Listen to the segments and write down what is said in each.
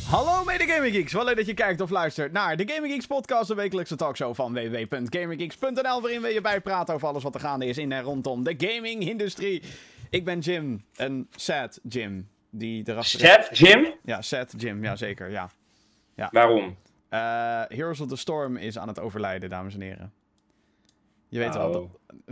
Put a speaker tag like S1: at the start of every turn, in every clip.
S1: Hallo mede Gaming Geeks, wel leuk dat je kijkt of luistert naar de Gaming Geeks podcast, de wekelijkse talkshow van www.gaminggeeks.nl, waarin we je bijpraten over alles wat er gaande is in en rondom de gaming-industrie. Ik ben Jim, een sad Jim, die erachter is.
S2: Sad Jim?
S1: Ja, sad Jim, ja zeker, ja.
S2: Waarom?
S1: Heroes of the Storm is aan het overlijden, dames en heren. Je weet wel dat...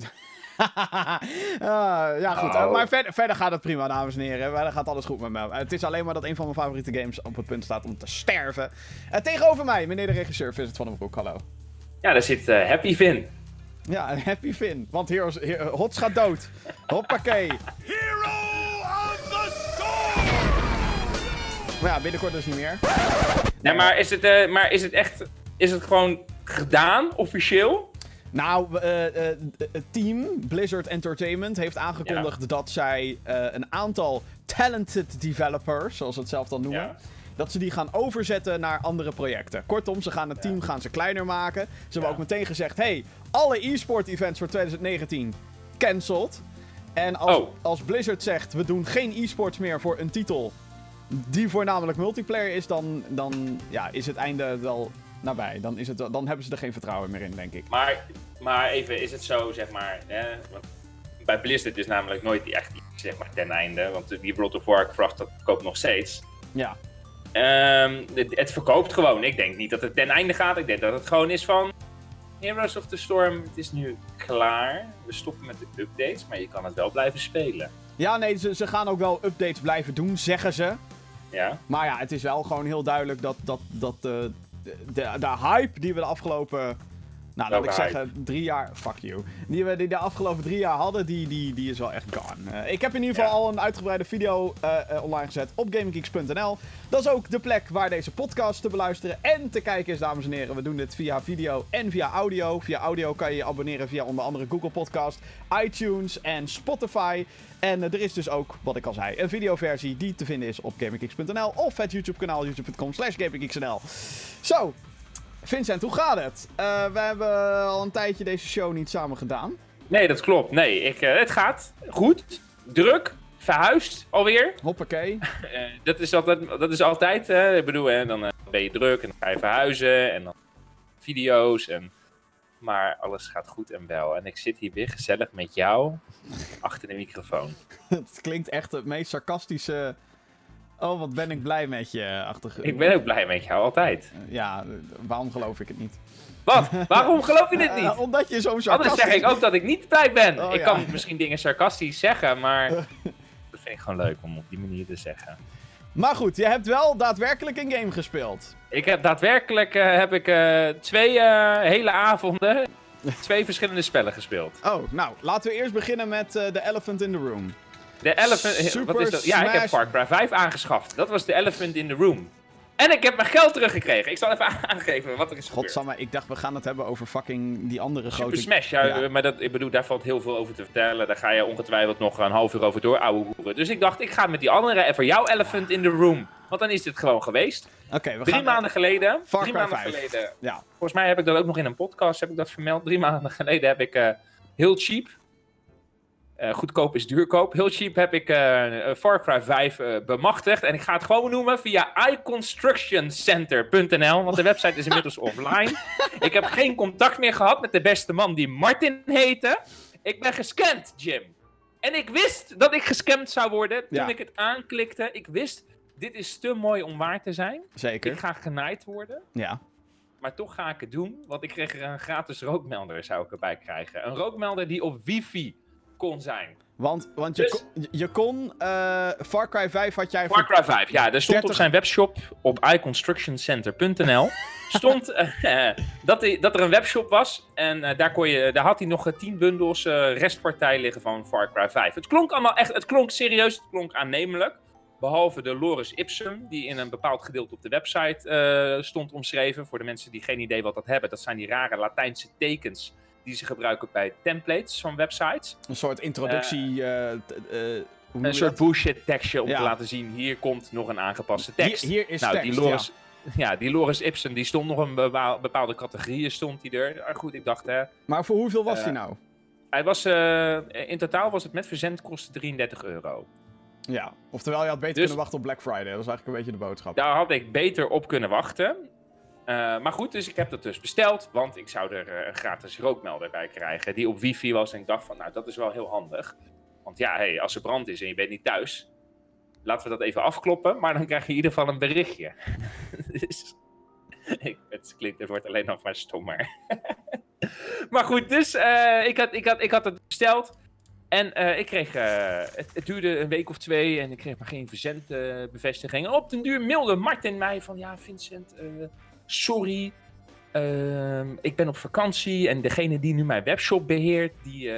S1: ja, goed. Maar verder gaat het prima, dames en heren. Verder gaat alles goed met me. Het is alleen maar dat een van mijn favoriete games op het punt staat om te sterven. Tegenover mij, meneer de regisseur, Vincent van den Broek. Hallo.
S2: Ja, daar zit Happy Finn.
S1: Ja, een Happy Finn. Want Hots gaat dood. Hoppakee.
S3: Hero of the Storm!
S1: Maar ja, binnenkort dus niet meer.
S2: Nee, maar is het echt... Is het gewoon gedaan, officieel?
S1: Nou, het team Blizzard Entertainment heeft aangekondigd dat zij een aantal talented developers, zoals ze het zelf dan noemen, dat ze die gaan overzetten naar andere projecten. Kortom, ze gaan het team kleiner maken. Ze hebben ook meteen gezegd, hey, alle e-sport events voor 2019 cancelled. En als Blizzard zegt, we doen geen e-sports meer voor een titel die voornamelijk multiplayer is, dan is het einde wel nabij. Dan hebben ze er geen vertrouwen meer in, denk ik.
S2: Maar even, is het zo, zeg maar... want bij Blizzard is namelijk nooit echt zeg maar, ten einde. Want die World of Warcraft, dat koopt nog steeds.
S1: Ja.
S2: Het verkoopt gewoon. Ik denk niet dat het ten einde gaat. Ik denk dat het gewoon is van... Heroes of the Storm, het is nu klaar. We stoppen met de updates, maar je kan het wel blijven spelen.
S1: Ja, nee, ze gaan ook wel updates blijven doen, zeggen ze.
S2: Ja.
S1: Maar ja, het is wel gewoon heel duidelijk dat de hype die we de afgelopen... Nou, laat ik zeggen, 3 jaar... Fuck you. Die we de afgelopen 3 jaar hadden, die is wel echt gone. Ik heb in ieder geval al een uitgebreide video online gezet op gaminggeeks.nl. Dat is ook de plek waar deze podcast te beluisteren en te kijken is, dames en heren. We doen dit via video en via audio. Via audio kan je je abonneren via onder andere Google Podcast, iTunes en Spotify. En er is dus ook, wat ik al zei, een videoversie die te vinden is op gaminggeeks.nl of het YouTube-kanaal youtube.com/gaminggeeks.nl. Zo. Vincent, hoe gaat het? We hebben al een tijdje deze show niet samen gedaan.
S2: Nee, dat klopt. Nee, het gaat goed. Druk. Verhuisd alweer.
S1: Hoppakee.
S2: Dat is altijd. Ik bedoel, dan ben je druk en dan ga je verhuizen en dan video's. Maar alles gaat goed en wel. En ik zit hier weer gezellig met jou achter de microfoon.
S1: Het klinkt echt het meest sarcastische... Oh, wat ben ik blij met je.
S2: Ik ben ook blij met jou, altijd.
S1: Ja, waarom geloof ik het niet?
S2: Wat? Waarom geloof je dit niet?
S1: Omdat je zo'n sarcastisch...
S2: Anders zeg ik ook dat ik niet blij ben.
S1: Oh,
S2: ik
S1: ja.
S2: kan misschien dingen sarcastisch zeggen, maar... dat vind ik gewoon leuk om op die manier te zeggen.
S1: Maar goed, je hebt wel daadwerkelijk een game gespeeld.
S2: Ik heb daadwerkelijk 2 hele avonden 2 verschillende spellen gespeeld.
S1: Oh, nou, laten we eerst beginnen met The Elephant in the Room.
S2: De Elephant...
S1: Super
S2: wat is dat? Ja, ik heb
S1: Smash-
S2: Far Cry 5 aangeschaft. Dat was de Elephant in the Room. En ik heb mijn geld teruggekregen. Ik zal even aangeven wat er is gebeurd.
S1: Godsamme, ik dacht we gaan het hebben over fucking die andere
S2: Super
S1: grote...
S2: Smash, maar ik bedoel, daar valt heel veel over te vertellen. Daar ga je ongetwijfeld nog een half uur over door, ouwe hoeren. Dus ik dacht, ik ga met die andere even jouw Elephant in the Room. Want dan is dit gewoon geweest.
S1: Oké, we
S2: 3
S1: gaan...
S2: maanden geleden.
S1: Far
S2: 3
S1: Cry
S2: maanden
S1: 5.
S2: geleden.
S1: Ja.
S2: Volgens mij heb ik dat ook nog in een podcast vermeld. 3 maanden geleden heb ik heel cheap. Goedkoop is duurkoop. Heel cheap heb ik Far Cry 5 bemachtigd. En ik ga het gewoon noemen via iConstructionCenter.nl. Want de website is inmiddels offline. Ik heb geen contact meer gehad met de beste man die Martin heette. Ik ben gescamd, Jim. En ik wist dat ik gescamd zou worden toen ik het aanklikte. Ik wist, dit is te mooi om waar te zijn.
S1: Zeker.
S2: Ik ga genaaid worden.
S1: Ja.
S2: Maar toch ga ik het doen. Want ik kreeg er een gratis rookmelder, zou ik erbij krijgen. Een rookmelder die op wifi kon zijn.
S1: Want je kon... Far Cry 5 had jij...
S2: Far Cry 5, ja. Er stond op zijn webshop op iConstructionCenter.nl stond dat er een webshop was. En daar had hij nog 10 bundels restpartij liggen van Far Cry 5. Het klonk allemaal echt... Het klonk serieus, het klonk aannemelijk. Behalve de Loris Ipsum, die in een bepaald gedeelte op de website stond omschreven. Voor de mensen die geen idee wat dat hebben. Dat zijn die rare Latijnse tekens die ze gebruiken bij templates van websites.
S1: Een soort introductie...
S2: een soort bullshit tekstje om te laten zien, hier komt nog een aangepaste tekst.
S1: Hier is
S2: tekst, die Loris Ipsum, die stond nog een bepaalde categorieën stond hij er. Maar goed, ik dacht...
S1: maar voor hoeveel was die nou?
S2: Hij was, in totaal was het met verzendkosten €33.
S1: Ja, oftewel je had beter kunnen wachten op Black Friday. Dat was eigenlijk een beetje de boodschap.
S2: Daar had ik beter op kunnen wachten. Maar goed, dus ik heb dat dus besteld. Want ik zou er een gratis rookmelder bij krijgen. Die op wifi was. En ik dacht van, nou, dat is wel heel handig. Want ja, hey, als er brand is en je bent niet thuis. Laten we dat even afkloppen. Maar dan krijg je in ieder geval een berichtje. Dus, het wordt alleen nog maar stommer. Maar goed, dus ik had het besteld. En ik kreeg, het duurde een week of 2 en ik kreeg maar geen verzendbevestiging. En op den duur mailde Martin mij van, ja Vincent, sorry, ik ben op vakantie en degene die nu mijn webshop beheert,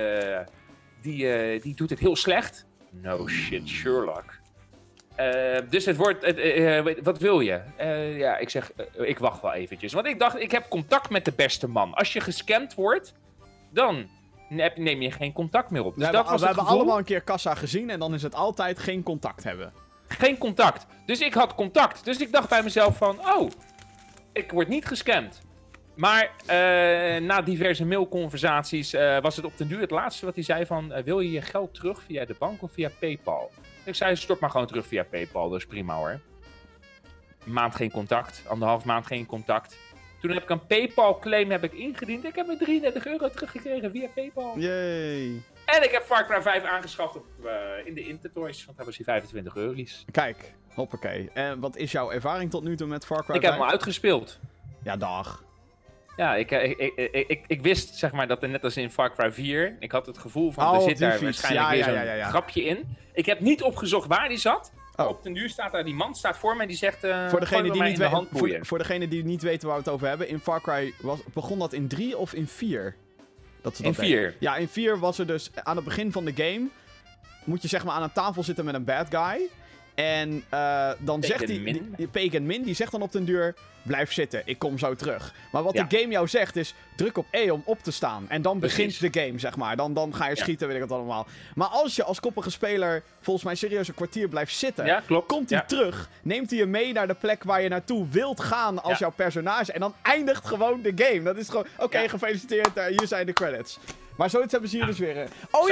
S2: die doet het heel slecht. No shit, Sherlock. Dus het wordt, wat wil je? Ja, ik zeg, ik wacht wel eventjes. Want ik dacht, ik heb contact met de beste man. Als je gescamd wordt, dan neem je geen contact meer op. Dus
S1: we hebben allemaal een keer kassa gezien en dan is het altijd geen contact hebben.
S2: Geen contact. Dus ik had contact. Dus ik dacht bij mezelf van, oh, ik word niet gescamd. Maar na diverse mailconversaties was het op den duur het laatste wat hij zei van, wil je je geld terug via de bank of via PayPal? Ik zei, stort maar gewoon terug via PayPal, dus prima hoor. Een maand geen contact, 1,5 maand geen contact. Toen heb ik een PayPal-claim ingediend. Ik heb mijn €33 teruggekregen via PayPal.
S1: Yay.
S2: En ik heb Far Cry 5 aangeschaft in de Intertoys, want daar was hij €25.
S1: Kijk, hoppakee. En wat is jouw ervaring tot nu toe met Far Cry 5?
S2: Ik heb hem al uitgespeeld.
S1: Ja, dag.
S2: Ja, ik wist zeg maar dat er net als in Far Cry 4, ik had het gevoel van, er zit daar waarschijnlijk weer zo'n grapje in. Ik heb niet opgezocht waar die zat. Oh. Op den duur staat daar die man voor mij die zegt,
S1: voor degene die niet weten waar we het over hebben, in Far Cry begon dat in 3 of in 4?
S2: In 4.
S1: Ja, in 4 was er dus aan het begin van de game, moet je zeg maar aan een tafel zitten met een bad guy. En dan zegt hij, Pagan Min, die zegt dan op den duur, blijf zitten, ik kom zo terug. Maar wat de game jou zegt is, druk op E om op te staan. En dan begint de game, zeg maar. Dan ga je schieten, weet ik het allemaal. Maar als je als koppige speler volgens mij serieus een kwartier blijft zitten, komt hij terug, neemt hij je mee naar de plek waar je naartoe wilt gaan als jouw personage. En dan eindigt gewoon de game. Dat is gewoon, oké, gefeliciteerd, hier zijn de credits. Maar zoiets hebben ze hier dus weer.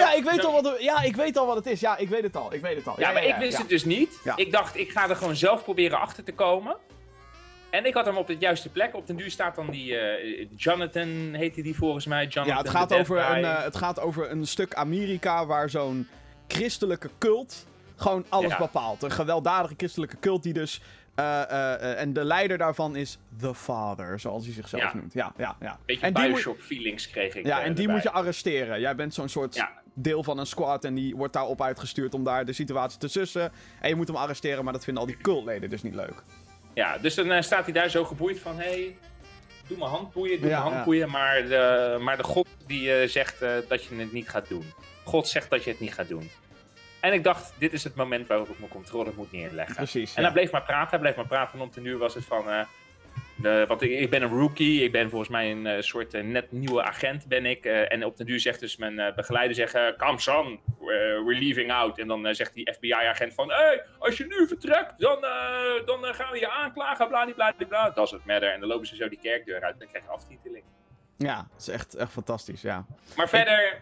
S1: Ik weet al wat het is. Ja, ik weet het al.
S2: Ja, maar ik wist het dus niet. Ja. Ik dacht, ik ga er gewoon zelf proberen achter te komen. En ik had hem op de juiste plek. Op den duur staat dan die Jonathan, heette die volgens mij. Jonathan,
S1: het gaat over een stuk Amerika waar zo'n christelijke cult gewoon alles bepaalt. Een gewelddadige christelijke cult die dus... en de leider daarvan is The Father, zoals hij zichzelf noemt. Ja.
S2: Beetje Bioshock feelings kreeg ik.
S1: Ja, en die moet je arresteren. Jij bent zo'n soort deel van een squad en die wordt daarop uitgestuurd om daar de situatie te sussen. En je moet hem arresteren, maar dat vinden al die cultleden dus niet leuk.
S2: Ja, dus dan staat hij daar zo geboeid van, hey, doe mijn handboeien, maar de God die zegt dat je het niet gaat doen. God zegt dat je het niet gaat doen. En ik dacht, dit is het moment waarop ik mijn controle moet neerleggen. Precies, en hij bleef maar praten. En op den duur was het van... want ik ben een rookie. Ik ben volgens mij een soort net nieuwe agent ben ik. En op den duur zegt dus mijn begeleider... Come son, we're leaving out. En dan zegt die FBI-agent van... Hey, als je nu vertrekt, dan gaan we je aanklagen. Bladibladibla. Dat is het matter. En dan lopen ze zo die kerkdeur uit. En dan krijg je aftiteling.
S1: Ja, dat is echt fantastisch, ja.
S2: Maar verder...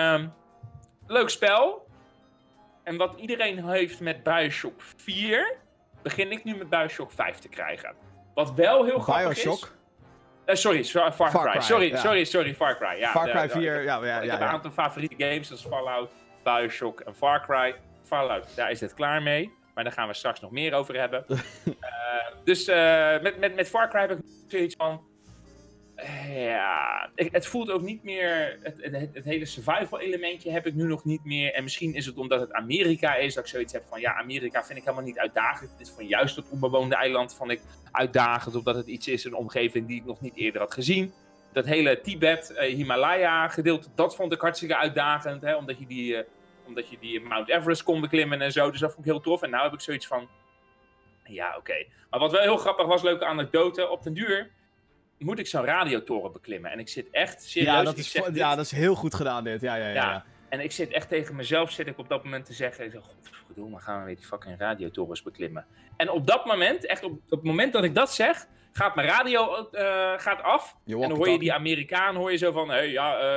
S2: leuk spel. En wat iedereen heeft met Bioshock 4, begin ik nu met Bioshock 5 te krijgen. Wat wel heel grappig is... Far Cry. Sorry, Far Cry. Ja,
S1: Far Cry 4,
S2: Ik heb een aantal favoriete games, zoals Fallout, Bioshock en Far Cry. Fallout, daar is het klaar mee. Maar daar gaan we straks nog meer over hebben. Dus met Far Cry heb ik zoiets van... het voelt ook niet meer... Het hele survival elementje heb ik nu nog niet meer. En misschien is het omdat het Amerika is, dat ik zoiets heb van... Ja, Amerika vind ik helemaal niet uitdagend. Het is van juist het onbewoonde eiland vond ik uitdagend. Omdat het iets is, een omgeving die ik nog niet eerder had gezien. Dat hele Tibet, Himalaya gedeelte, dat vond ik hartstikke uitdagend. Hè, omdat je die Mount Everest kon beklimmen en zo. Dus dat vond ik heel tof. En nu heb ik zoiets van... Ja, oké. Maar wat wel heel grappig was, leuke anekdote. Op den duur... moet ik zo'n radiotoren beklimmen. En ik zit echt serieus...
S1: Ja, dat is heel goed gedaan dit. Ja.
S2: En ik zit echt tegen mezelf op dat moment te zeggen... Godverdomme, gaan we weer die fucking radiotorens beklimmen. En op dat moment, echt op het moment dat ik dat zeg... gaat mijn radio gaat af. En dan hoor je die Amerikaan zo van...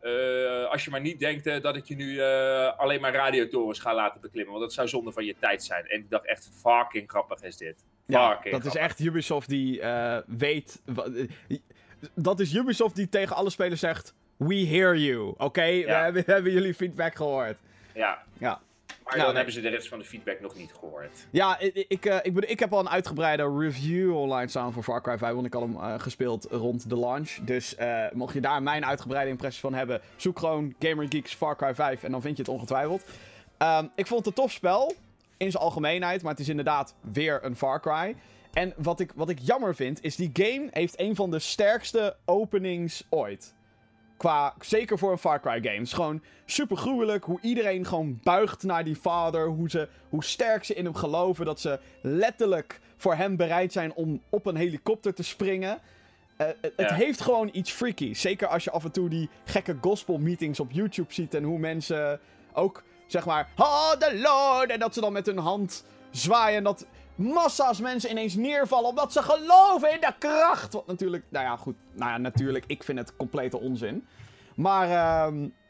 S2: Als je maar niet denkt dat ik je nu alleen maar radiotorens ga laten beklimmen. Want dat zou zonde van je tijd zijn. En ik dacht echt, fucking grappig is dit.
S1: Ja, dat is echt Ubisoft die weet... Dat is Ubisoft die tegen alle spelers zegt... We hear you, oké?
S2: Ja.
S1: We hebben jullie feedback gehoord.
S2: Ja. Maar dan hebben ze de rest van de feedback nog niet gehoord.
S1: Ja, ik heb al een uitgebreide review online staan voor Far Cry 5, want ik had hem gespeeld rond de launch. Dus mocht je daar mijn uitgebreide impressies van hebben, zoek gewoon Gamer Geeks Far Cry 5 en dan vind je het ongetwijfeld. Ik vond het een tof spel, in zijn algemeenheid, maar het is inderdaad weer een Far Cry. En wat ik jammer vind, is die game heeft een van de sterkste openings ooit. Zeker voor een Far Cry game. Het is gewoon super gruwelijk hoe iedereen gewoon buigt naar die vader. Hoe sterk ze in hem geloven. Dat ze letterlijk voor hem bereid zijn om op een helikopter te springen. Het heeft gewoon iets freaky. Zeker als je af en toe die gekke gospel meetings op YouTube ziet. En hoe mensen ook zeg maar... Oh, the Lord! En dat ze dan met hun hand zwaaien. En dat massa's mensen ineens neervallen omdat ze geloven in de kracht. Wat natuurlijk, natuurlijk, ik vind het complete onzin. Maar,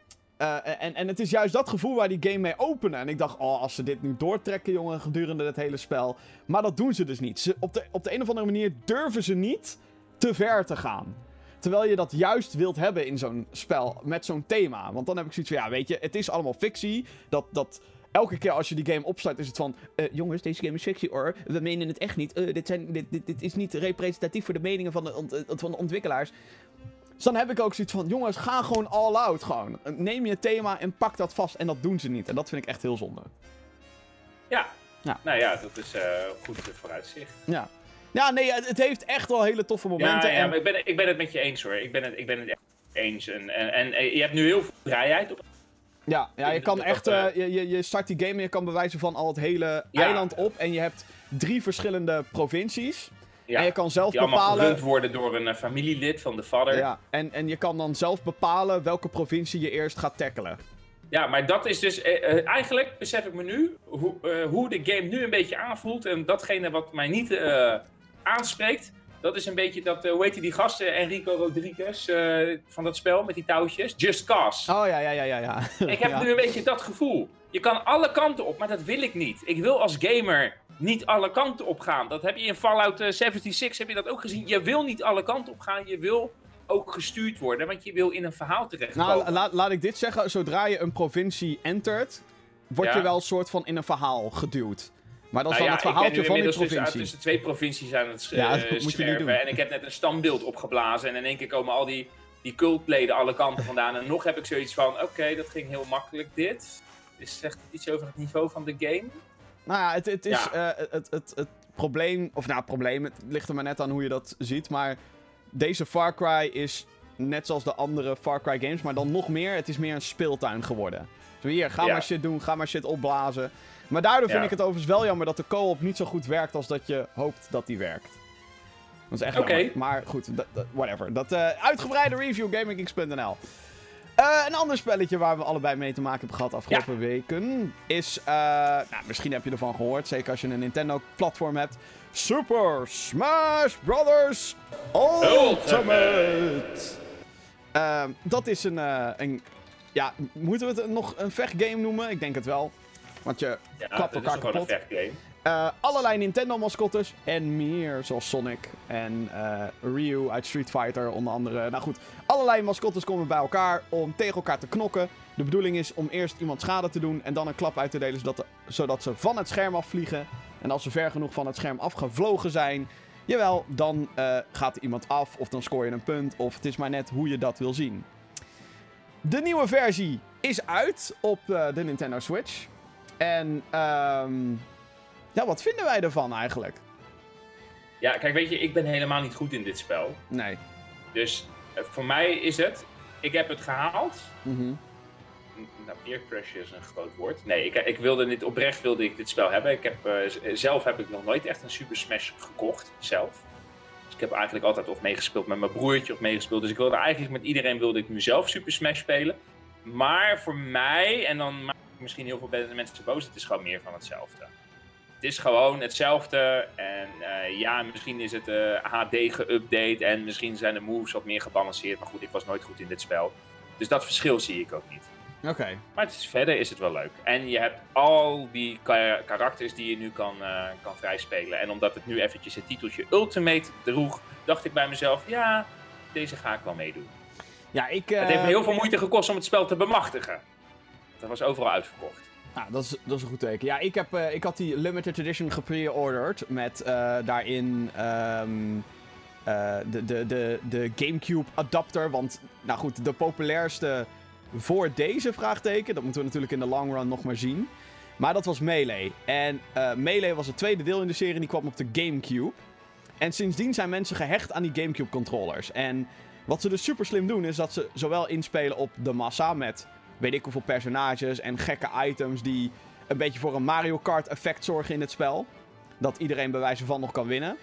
S1: en het is juist dat gevoel waar die game mee openen. En ik dacht, als ze dit nu doortrekken, jongen, gedurende het hele spel. Maar dat doen ze dus niet. Op de een of andere manier durven ze niet te ver te gaan. Terwijl je dat juist wilt hebben in zo'n spel met zo'n thema. Want dan heb ik zoiets van, ja, weet je, het is allemaal fictie. Elke keer als je die game opstart is het van... jongens, deze game is fictie hoor. We menen het echt niet. Dit is niet representatief voor de meningen van de ontwikkelaars. Dus dan heb ik ook zoiets van... Jongens, ga gewoon all out gewoon. Neem je thema en pak dat vast. En dat doen ze niet. En dat vind ik echt heel zonde.
S2: Ja. Nou ja, dat is goed vooruitzicht.
S1: Ja. Ja, nee, het heeft echt wel hele toffe momenten.
S2: Ja, maar ik ben het met je eens hoor. Ik ben het echt eens. En je hebt nu heel veel vrijheid op.
S1: Ja, je kan echt... je start die game en je kan bewijzen van al het hele eiland op. En je hebt 3 verschillende provincies. Ja, en je kan zelf
S2: die
S1: bepalen...
S2: allemaal gerund worden door een familielid van de vader.
S1: Ja, en je kan dan zelf bepalen welke provincie je eerst gaat tackelen.
S2: Ja, maar dat is dus... eigenlijk besef ik me nu hoe de game nu een beetje aanvoelt. En datgene wat mij niet aanspreekt... Dat is een beetje dat, hoe heet die gasten, Enrico Rodriguez van dat spel met die touwtjes? Just Cause.
S1: Oh ja.
S2: Ik heb nu een beetje dat gevoel. Je kan alle kanten op, maar dat wil ik niet. Ik wil als gamer niet alle kanten op gaan. Dat heb je in Fallout 76, heb je dat ook gezien. Je wil niet alle kanten op gaan, je wil ook gestuurd worden, want je wil in een verhaal terechtkomen.
S1: Nou, laat ik dit zeggen. Zodra je een provincie entert, word je wel een soort van in een verhaal geduwd. Maar dat is dan het verhaaltje van die provincie.
S2: Tussen 2 provincies aan het scherven. En ik heb net een standbeeld opgeblazen. En in één keer komen al die cultleden alle kanten vandaan. En nog heb ik zoiets van, oké, dat ging heel makkelijk dit. Dus zegt het iets over het niveau van de game?
S1: Nou ja, het is het probleem... Of nou, probleem, het ligt er maar net aan hoe je dat ziet. Maar deze Far Cry is net zoals de andere Far Cry games. Maar dan nog meer, het is meer een speeltuin geworden. Dus hier, ga maar shit doen, ga maar shit opblazen. Maar daardoor vind ik het overigens wel jammer dat de co-op niet zo goed werkt als dat je hoopt dat die werkt. Dat is echt jammer. Maar goed, whatever. Uitgebreide review, GamerGeeks.nl. Een ander spelletje waar we allebei mee te maken hebben gehad afgelopen weken is... misschien heb je ervan gehoord, zeker als je een Nintendo-platform hebt. Super Smash Bros. Ultimate! Dat is een... Ja, moeten we het nog een vechtgame noemen? Ik denk het wel. Want je klapt elkaar kapot.
S2: Een vechtgame.
S1: Allerlei Nintendo-mascottes en meer, zoals Sonic en Ryu uit Street Fighter onder andere. Nou goed, allerlei mascottes komen bij elkaar om tegen elkaar te knokken. De bedoeling is om eerst iemand schade te doen en dan een klap uit te delen, zodat ze van het scherm afvliegen. En als ze ver genoeg van het scherm afgevlogen zijn, jawel, dan gaat er iemand af of dan scoor je een punt. Of het is maar net hoe je dat wil zien. De nieuwe versie is uit op de Nintendo Switch. En wat vinden wij ervan eigenlijk?
S2: Ja, kijk, weet je, ik ben helemaal niet goed in dit spel.
S1: Nee.
S2: Dus voor mij is het... Ik heb het gehaald.
S1: Mhm.
S2: Nou, peer pressure is een groot woord. Nee, ik wilde dit spel hebben. Zelf heb ik nog nooit echt een Super Smash gekocht. Zelf. Dus ik heb eigenlijk altijd of meegespeeld met mijn broertje of meegespeeld. Dus ik wilde eigenlijk met iedereen wilde ik nu zelf Super Smash spelen. Maar voor mij, en dan maak ik misschien heel veel mensen boos, het is gewoon meer van hetzelfde. Het is gewoon hetzelfde en misschien is het HD geüpdate en misschien zijn de moves wat meer gebalanceerd. Maar goed, ik was nooit goed in dit spel. Dus dat verschil zie ik ook niet.
S1: Oké.
S2: Maar verder is het wel leuk. En je hebt al die karakters die je nu kan vrijspelen. En omdat het nu eventjes het titeltje Ultimate droeg, dacht ik bij mezelf, ja, deze ga ik wel meedoen.
S1: Ja,
S2: het heeft me heel veel moeite gekost om het spel te bemachtigen. Dat was overal uitverkocht.
S1: Nou, dat is een goed teken. Ja, ik had die Limited Edition gepre-ordered met daarin de GameCube adapter. Want, nou goed, de populairste voor deze vraagteken, dat moeten we natuurlijk in de long run nog maar zien. Maar dat was Melee. En Melee was het tweede deel in de serie, die kwam op de GameCube. En sindsdien zijn mensen gehecht aan die GameCube controllers. En wat ze dus super slim doen, is dat ze zowel inspelen op de massa met weet ik hoeveel personages en gekke items die een beetje voor een Mario Kart effect zorgen in het spel. Dat iedereen bij wijze van nog kan winnen.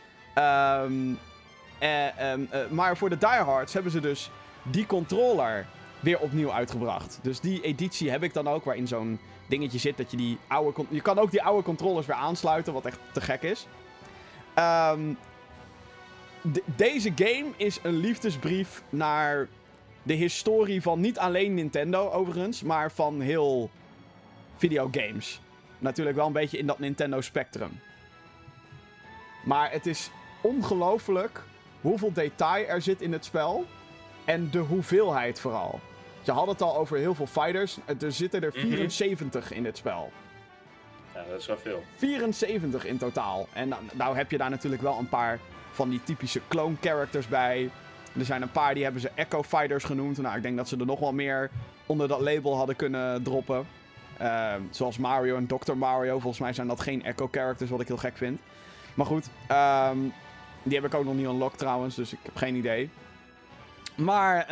S1: Maar voor de diehards hebben ze dus die controller weer opnieuw uitgebracht. Dus die editie heb ik dan ook, waarin zo'n dingetje zit dat je die oude... Je kan ook die oude controllers weer aansluiten, wat echt te gek is. Deze game is een liefdesbrief naar de historie van niet alleen Nintendo overigens, maar van heel videogames. Natuurlijk wel een beetje in dat Nintendo spectrum. Maar het is ongelooflijk hoeveel detail er zit in het spel. En de hoeveelheid vooral. Je had het al over heel veel fighters. Er zitten er 74 in dit spel.
S2: Ja, dat is wel veel.
S1: 74 in totaal. En nou heb je daar natuurlijk wel een paar van die typische clone characters bij. Er zijn een paar die hebben ze Echo Fighters genoemd. Nou, ik denk dat ze er nog wel meer onder dat label hadden kunnen droppen. Zoals Mario en Dr. Mario. Volgens mij zijn dat geen Echo characters, wat ik heel gek vind. Maar goed, die heb ik ook nog niet unlocked trouwens, dus ik heb geen idee. Maar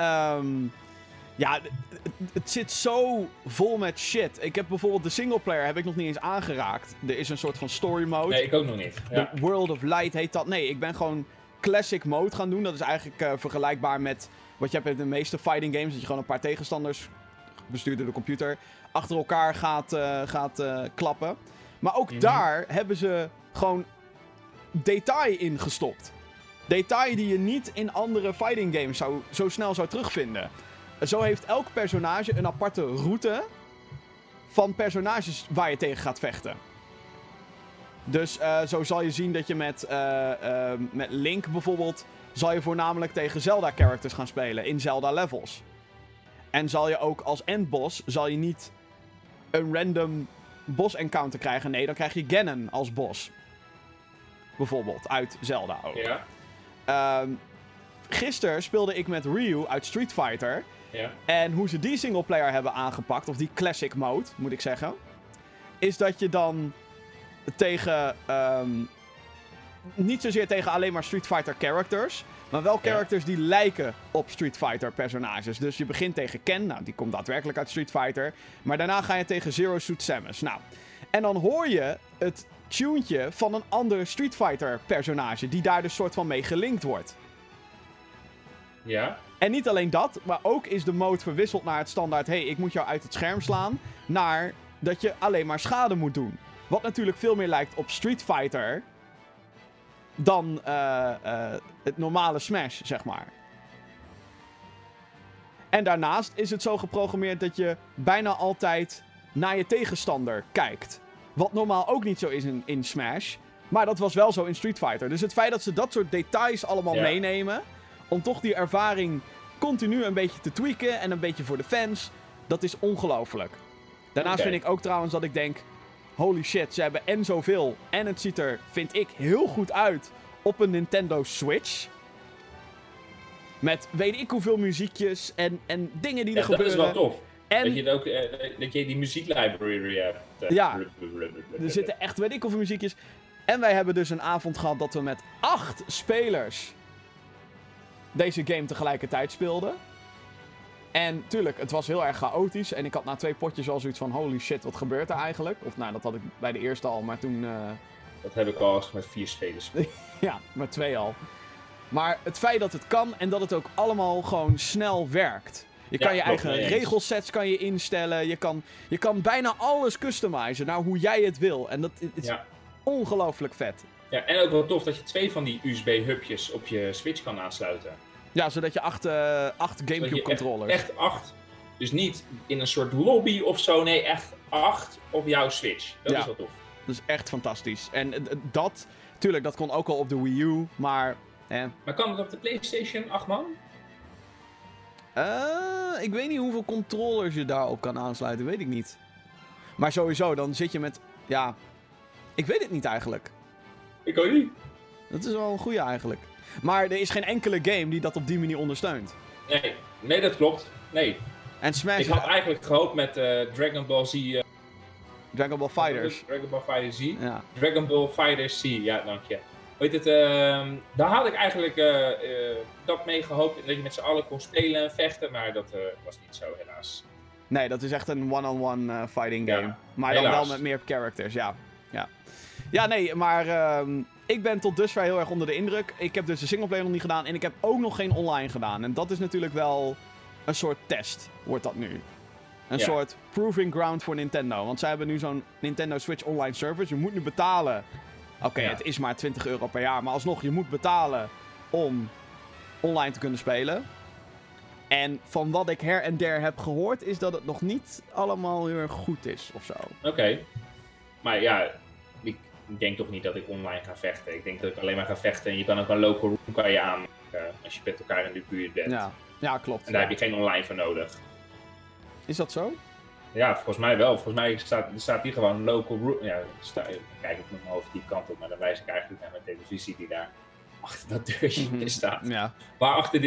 S1: ja, het zit zo vol met shit. Ik heb bijvoorbeeld de singleplayer heb ik nog niet eens aangeraakt. Er is een soort van story mode.
S2: Nee, ik ook nog niet. Ja.
S1: The World of Light heet dat. Nee, ik ben gewoon classic mode gaan doen. Dat is eigenlijk vergelijkbaar met wat je hebt in de meeste fighting games. Dat je gewoon een paar tegenstanders, bestuurd door de computer, achter elkaar gaat klappen. Maar ook daar hebben ze gewoon detail in gestopt. Detail die je niet in andere fighting games zo snel zou terugvinden. Zo heeft elk personage een aparte route van personages waar je tegen gaat vechten. Dus zo zal je zien dat je met Link bijvoorbeeld, zal je voornamelijk tegen Zelda-characters gaan spelen in Zelda-levels. En zal je ook als endboss, zal je niet een random boss-encounter krijgen. Nee, dan krijg je Ganon als boss. Bijvoorbeeld, uit Zelda ook.
S2: Ja.
S1: Gisteren speelde ik met Ryu uit Street Fighter.
S2: Ja.
S1: En hoe ze die singleplayer hebben aangepakt, of die classic mode, moet ik zeggen, is dat je dan tegen, niet zozeer tegen alleen maar Street Fighter characters, maar wel characters die lijken op Street Fighter personages. Dus je begint tegen Ken, nou die komt daadwerkelijk uit Street Fighter, maar daarna ga je tegen Zero Suit Samus. Nou, en dan hoor je het tunetje van een ander Street Fighter personage, die daar dus soort van mee gelinkt wordt.
S2: Ja.
S1: En niet alleen dat, maar ook is de mode verwisseld naar het standaard, hey, ik moet jou uit het scherm slaan, naar dat je alleen maar schade moet doen. Wat natuurlijk veel meer lijkt op Street Fighter dan het normale Smash, zeg maar. En daarnaast is het zo geprogrammeerd dat je bijna altijd naar je tegenstander kijkt. Wat normaal ook niet zo is in Smash, maar dat was wel zo in Street Fighter. Dus het feit dat ze dat soort details allemaal meenemen, om toch die ervaring continu een beetje te tweaken en een beetje voor de fans, dat is ongelooflijk. Daarnaast vind ik ook trouwens dat ik denk, holy shit, ze hebben en zoveel en het ziet er, vind ik, heel goed uit op een Nintendo Switch. Met weet ik hoeveel muziekjes en dingen die er gebeuren.
S2: Dat is wel tof.
S1: En
S2: dat je die muzieklibrary hebt.
S1: Ja, er zitten echt weet ik hoeveel muziekjes. En wij hebben dus een avond gehad dat we met 8 spelers deze game tegelijkertijd speelden. En tuurlijk, het was heel erg chaotisch. En ik had na 2 potjes al zoiets van, holy shit, wat gebeurt er eigenlijk? Of nou, dat had ik bij de eerste al, maar toen...
S2: Dat heb ik al eens met 4 spelers.
S1: Ja, met 2 al. Maar het feit dat het kan en dat het ook allemaal gewoon snel werkt. Je kan je eigen regelsets kan je instellen. Je kan bijna alles customizen naar hoe jij het wil. En dat is ongelooflijk vet.
S2: Ja, en ook wel tof dat je 2 van die USB-hubjes op je Switch kan aansluiten.
S1: Ja, zodat je 8 Gamecube-controllers...
S2: Echt 8. Dus niet in een soort lobby of zo. Nee, echt 8 op jouw Switch. Dat is wel tof.
S1: Dat is echt fantastisch. En tuurlijk, dat kon ook al op de Wii U, maar...
S2: Maar kan het op de PlayStation 8 man?
S1: Ik weet niet hoeveel controllers je daarop kan aansluiten, weet ik niet. Maar sowieso, dan zit je met... Ja, ik weet het niet eigenlijk.
S2: Ik ook niet.
S1: Dat is wel een goeie eigenlijk. Maar er is geen enkele game die dat op die manier ondersteunt.
S2: Nee, dat klopt. Nee.
S1: En Smash...
S2: Ik had eigenlijk gehoopt met Dragon Ball Z...
S1: Dragon Ball Fighters.
S2: Dragon Ball Fighters Z.
S1: Ja.
S2: Dragon Ball Fighters Z, ja, dank je. Weet het, daar had ik eigenlijk dat mee gehoopt. Dat je met z'n allen kon spelen en vechten, maar dat was niet zo helaas.
S1: Nee, dat is echt een one-on-one fighting game.
S2: Ja,
S1: maar dan wel met meer characters, ja. Ja, nee, maar ik ben tot dusver heel erg onder de indruk. Ik heb dus de singleplayer nog niet gedaan en ik heb ook nog geen online gedaan. En dat is natuurlijk wel een soort test, wordt dat nu. Een soort proving ground voor Nintendo. Want zij hebben nu zo'n Nintendo Switch online service. Je moet nu betalen. Oké, het is maar €20 per jaar. Maar alsnog, je moet betalen om online te kunnen spelen. En van wat ik her en der heb gehoord, is dat het nog niet allemaal heel erg goed is of zo.
S2: Oké. Maar ja, ik denk toch niet dat ik online ga vechten. Ik denk dat ik alleen maar ga vechten. En je kan ook een local room kan je aan als je met elkaar in de buurt bent.
S1: Ja, klopt.
S2: En daar heb je geen online voor nodig.
S1: Is dat zo?
S2: Ja, volgens mij wel. Volgens mij staat hier gewoon een local room. Ja, kijk ik met mijn hoofd die kant op, maar dan wijs ik eigenlijk naar mijn televisie die daar achter dat deurtje staat.
S1: Ja.
S2: Waar achter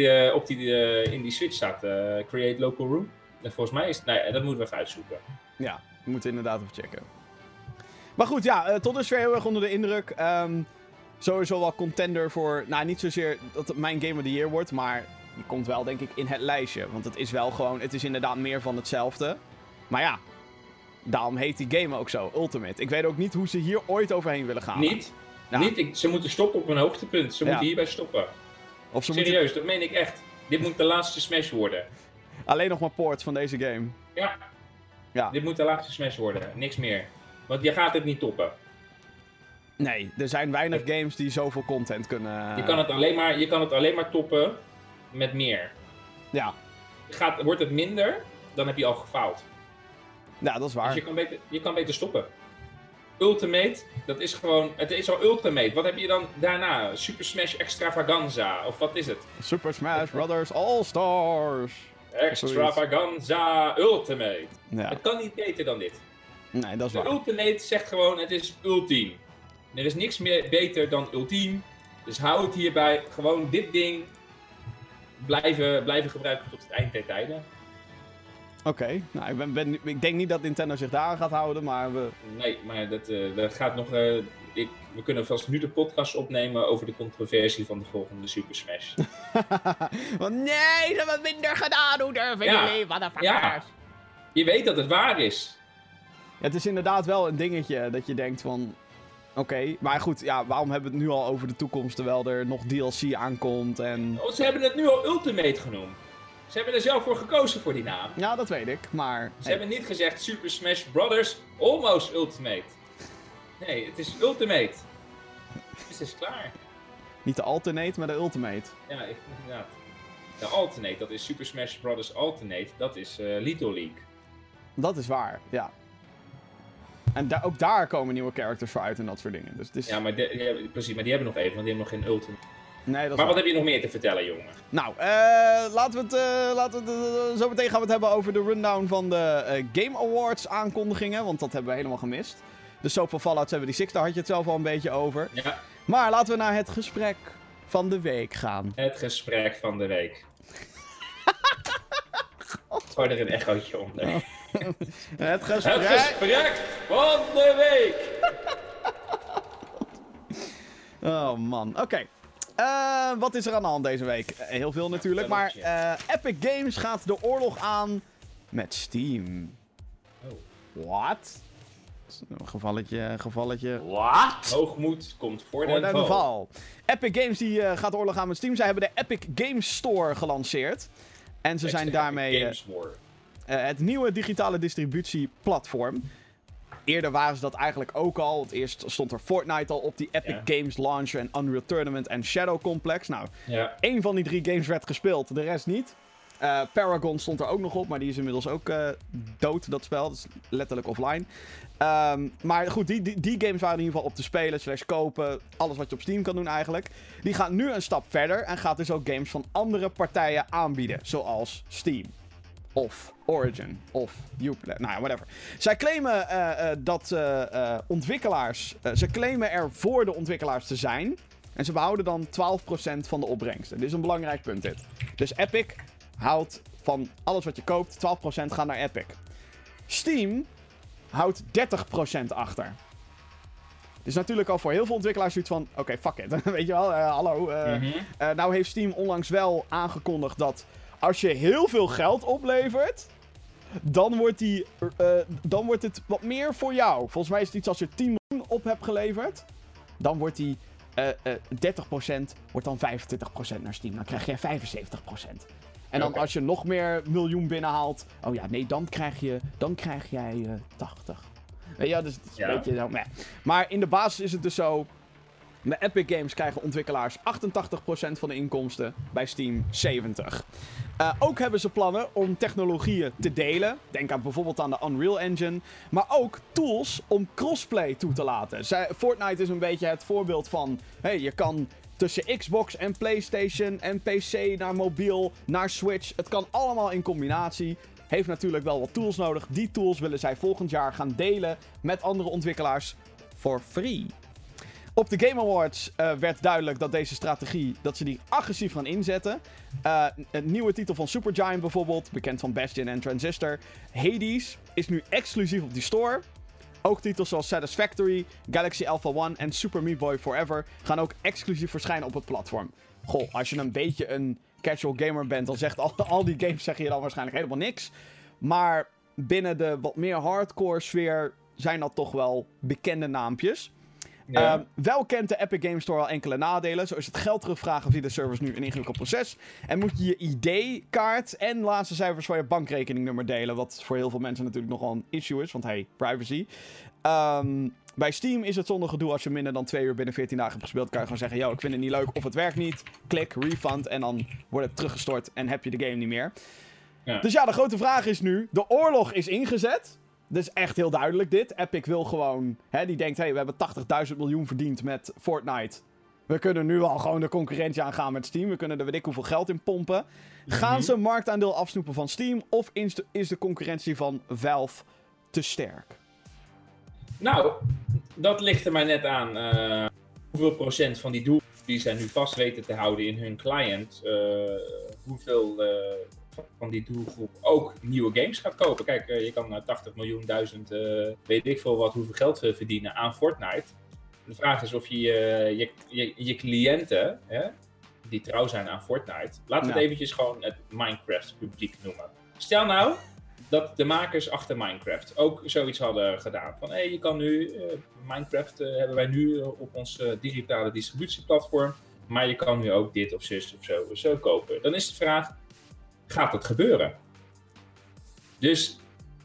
S2: in die switch staat Create Local Room. En volgens mij is dat moeten we even uitzoeken.
S1: Ja, we moeten inderdaad even checken. Maar goed, ja, tot dusver heel erg onder de indruk. Sowieso wel contender voor, nou niet zozeer dat het mijn Game of the Year wordt, maar die komt wel denk ik in het lijstje. Want het is wel gewoon, het is inderdaad meer van hetzelfde. Maar ja, daarom heet die game ook zo, Ultimate. Ik weet ook niet hoe ze hier ooit overheen willen gaan.
S2: Niet? Ze moeten stoppen op een hoogtepunt. Ze moeten hierbij stoppen.
S1: Of ze
S2: Serieus, dat meen ik echt. Dit moet de laatste Smash worden.
S1: Alleen nog maar ports van deze game.
S2: Ja. Dit moet de laatste Smash worden. Niks meer. Want je gaat het niet toppen.
S1: Nee, er zijn weinig games die zoveel content kunnen...
S2: Je kan het alleen maar toppen met meer.
S1: Ja.
S2: Wordt het minder, dan heb je al gefaald.
S1: Ja, dat is waar.
S2: Dus je kan beter stoppen. Ultimate, dat is gewoon... Het is al Ultimate. Wat heb je dan daarna? Super Smash Extravaganza? Of wat is het?
S1: Super Smash Brothers All-Stars.
S2: Extravaganza Ultimate.
S1: Ja.
S2: Het kan niet beter dan dit.
S1: Nee, dat is
S2: de
S1: waar.
S2: Ultimate zegt gewoon, het is ultiem. Er is niks meer beter dan ultiem. Dus hou het hierbij. Gewoon dit ding blijven gebruiken tot het eind der tijden.
S1: Oké, nou, ik denk niet dat Nintendo zich daar aan gaat houden, maar we...
S2: Nee, maar dat gaat nog... we kunnen vast nu de podcast opnemen over de controversie van de volgende Super Smash.
S1: Want nee, ze hebben minder gedaan, hoe durven jullie, motherfuckers.
S2: Ja, je weet dat het waar is.
S1: Ja, het is inderdaad wel een dingetje dat je denkt van... Oké, maar goed, ja, waarom hebben we het nu al over de toekomst terwijl er nog DLC aankomt en...
S2: Oh, ze hebben het nu al Ultimate genoemd. Ze hebben er zelf voor gekozen voor die naam.
S1: Ja, dat weet ik, maar...
S2: Ze hebben niet gezegd Super Smash Brothers Almost Ultimate. Nee, het is Ultimate. Dus het is klaar.
S1: Niet de Alternate, maar de Ultimate.
S2: Ja, inderdaad. De Alternate, dat is Super Smash Brothers Alternate. Dat is Little League. Dat
S1: is waar, ja. En ook daar komen nieuwe characters voor uit en dat soort dingen. Dus het is...
S2: Ja, maar precies, maar die hebben nog even, want die hebben nog geen Ultimate.
S1: Nee, dat
S2: maar wat heb je nog meer te vertellen, jongen?
S1: Nou, laten we zo meteen gaan we het hebben over de rundown van de Game Awards aankondigingen. Want dat hebben we helemaal gemist. De Soap of Fallout 76, daar had je het zelf al een beetje over.
S2: Ja.
S1: Maar laten we naar het gesprek van de week gaan.
S2: Het gesprek van de week. Gooi er een echootje onder.
S1: Oh. Het gesprek
S2: van de week!
S1: Oh man, oké. Wat is er aan de hand deze week? Heel veel natuurlijk, maar Epic Games gaat de oorlog aan met Steam.
S2: Oh.
S1: What? Gevalletje.
S2: What? Hoogmoed komt voor de val.
S1: Epic Games die gaat de oorlog aan met Steam. Zij hebben de Epic Games Store gelanceerd. En ze zijn daarmee het nieuwe digitale distributieplatform. eerder waren ze dat eigenlijk ook al. Want eerst stond er Fortnite al op die Epic Games Launcher en Unreal Tournament en Shadow Complex. Nou, één van die 3 games werd gespeeld, de rest niet. Paragon stond er ook nog op, maar die is inmiddels ook dood, dat spel. Dat is letterlijk offline. Maar goed, die games waren in ieder geval op te spelen, /kopen. Alles wat je op Steam kan doen eigenlijk. Die gaat nu een stap verder en gaat dus ook games van andere partijen aanbieden. Zoals Steam. Of Origin. Of Uplay. Nou ja, whatever. Zij claimen dat ontwikkelaars... ze claimen er voor de ontwikkelaars te zijn. En ze behouden dan 12% van de opbrengsten. Dit is een belangrijk punt dit. Dus Epic houdt van alles wat je koopt, 12% gaat naar Epic. Steam houdt 30% achter. Dus natuurlijk al voor heel veel ontwikkelaars zoiets van... Oké, fuck it. Weet je wel, hallo. Nou heeft Steam onlangs wel aangekondigd dat... Als je heel veel geld oplevert... Dan wordt het wat meer voor jou. Volgens mij is het iets als je 10 miljoen op hebt geleverd... Dan wordt die 30% wordt dan 25% naar Steam. Dan krijg je 75%. En dan als je nog meer miljoen binnenhaalt... Oh ja, nee, dan krijg jij 80. Weet je, dus het is een beetje zo... Meh. Maar in de basis is het dus zo... Bij Epic Games krijgen ontwikkelaars 88% van de inkomsten. Bij Steam 70%. Ook hebben ze plannen om technologieën te delen. Denk aan bijvoorbeeld aan de Unreal Engine. Maar ook tools om crossplay toe te laten. Fortnite is een beetje het voorbeeld van... Hey, je kan tussen Xbox en PlayStation en PC naar mobiel, naar Switch. Het kan allemaal in combinatie. Heeft natuurlijk wel wat tools nodig. Die tools willen zij volgend jaar gaan delen met andere ontwikkelaars for free. Op de Game Awards werd duidelijk dat deze strategie, dat ze die agressief gaan inzetten. Een nieuwe titel van Supergiant bijvoorbeeld, bekend van Bastion en Transistor. Hades is nu exclusief op die store. Ook titels zoals Satisfactory, Galaxy Alpha 1 en Super Meat Boy Forever gaan ook exclusief verschijnen op het platform. Goh, als je een beetje een casual gamer bent, dan zegt al die games zeggen je dan waarschijnlijk helemaal niks. Maar binnen de wat meer hardcore sfeer zijn dat toch wel bekende naampjes. Ja. Wel kent de Epic Games Store al enkele nadelen. Zo is het geld terugvragen via de servers nu een ingewikkeld proces. En moet je je ID-kaart en laatste cijfers van je bankrekeningnummer delen. Wat voor heel veel mensen natuurlijk nogal een issue is. Want hey, privacy. Bij Steam is het zonder gedoe. Als je minder dan 2 uur binnen 14 dagen hebt gespeeld, kan je gewoon zeggen... Yo, ik vind het niet leuk of het werkt niet. Klik, refund en dan wordt het teruggestort en heb je de game niet meer. Ja. Dus ja, de grote vraag is nu... De oorlog is ingezet... Dat is echt heel duidelijk dit. Epic wil gewoon... die denkt, hey, we hebben 80.000 miljoen verdiend met Fortnite. We kunnen nu al gewoon de concurrentie aangaan met Steam. We kunnen er weet ik hoeveel geld in pompen. Gaan ze een marktaandeel afsnoepen van Steam? Of is de concurrentie van Valve te sterk?
S2: Nou, dat ligt er maar net aan. Hoeveel procent van die doel die zij nu vast weten te houden in hun client... hoeveel... van die doelgroep ook nieuwe games gaat kopen. Kijk, je kan 80 miljoen, 1000, weet ik veel wat, hoeveel geld verdienen aan Fortnite. De vraag is of je cliënten, die trouw zijn aan Fortnite, laten we het eventjes gewoon het Minecraft publiek noemen. Stel nou dat de makers achter Minecraft ook zoiets hadden gedaan. Van, je kan nu, Minecraft hebben wij nu op ons digitale distributieplatform, maar je kan nu ook dit of zus of zo kopen. Dan is de vraag, gaat het gebeuren? Dus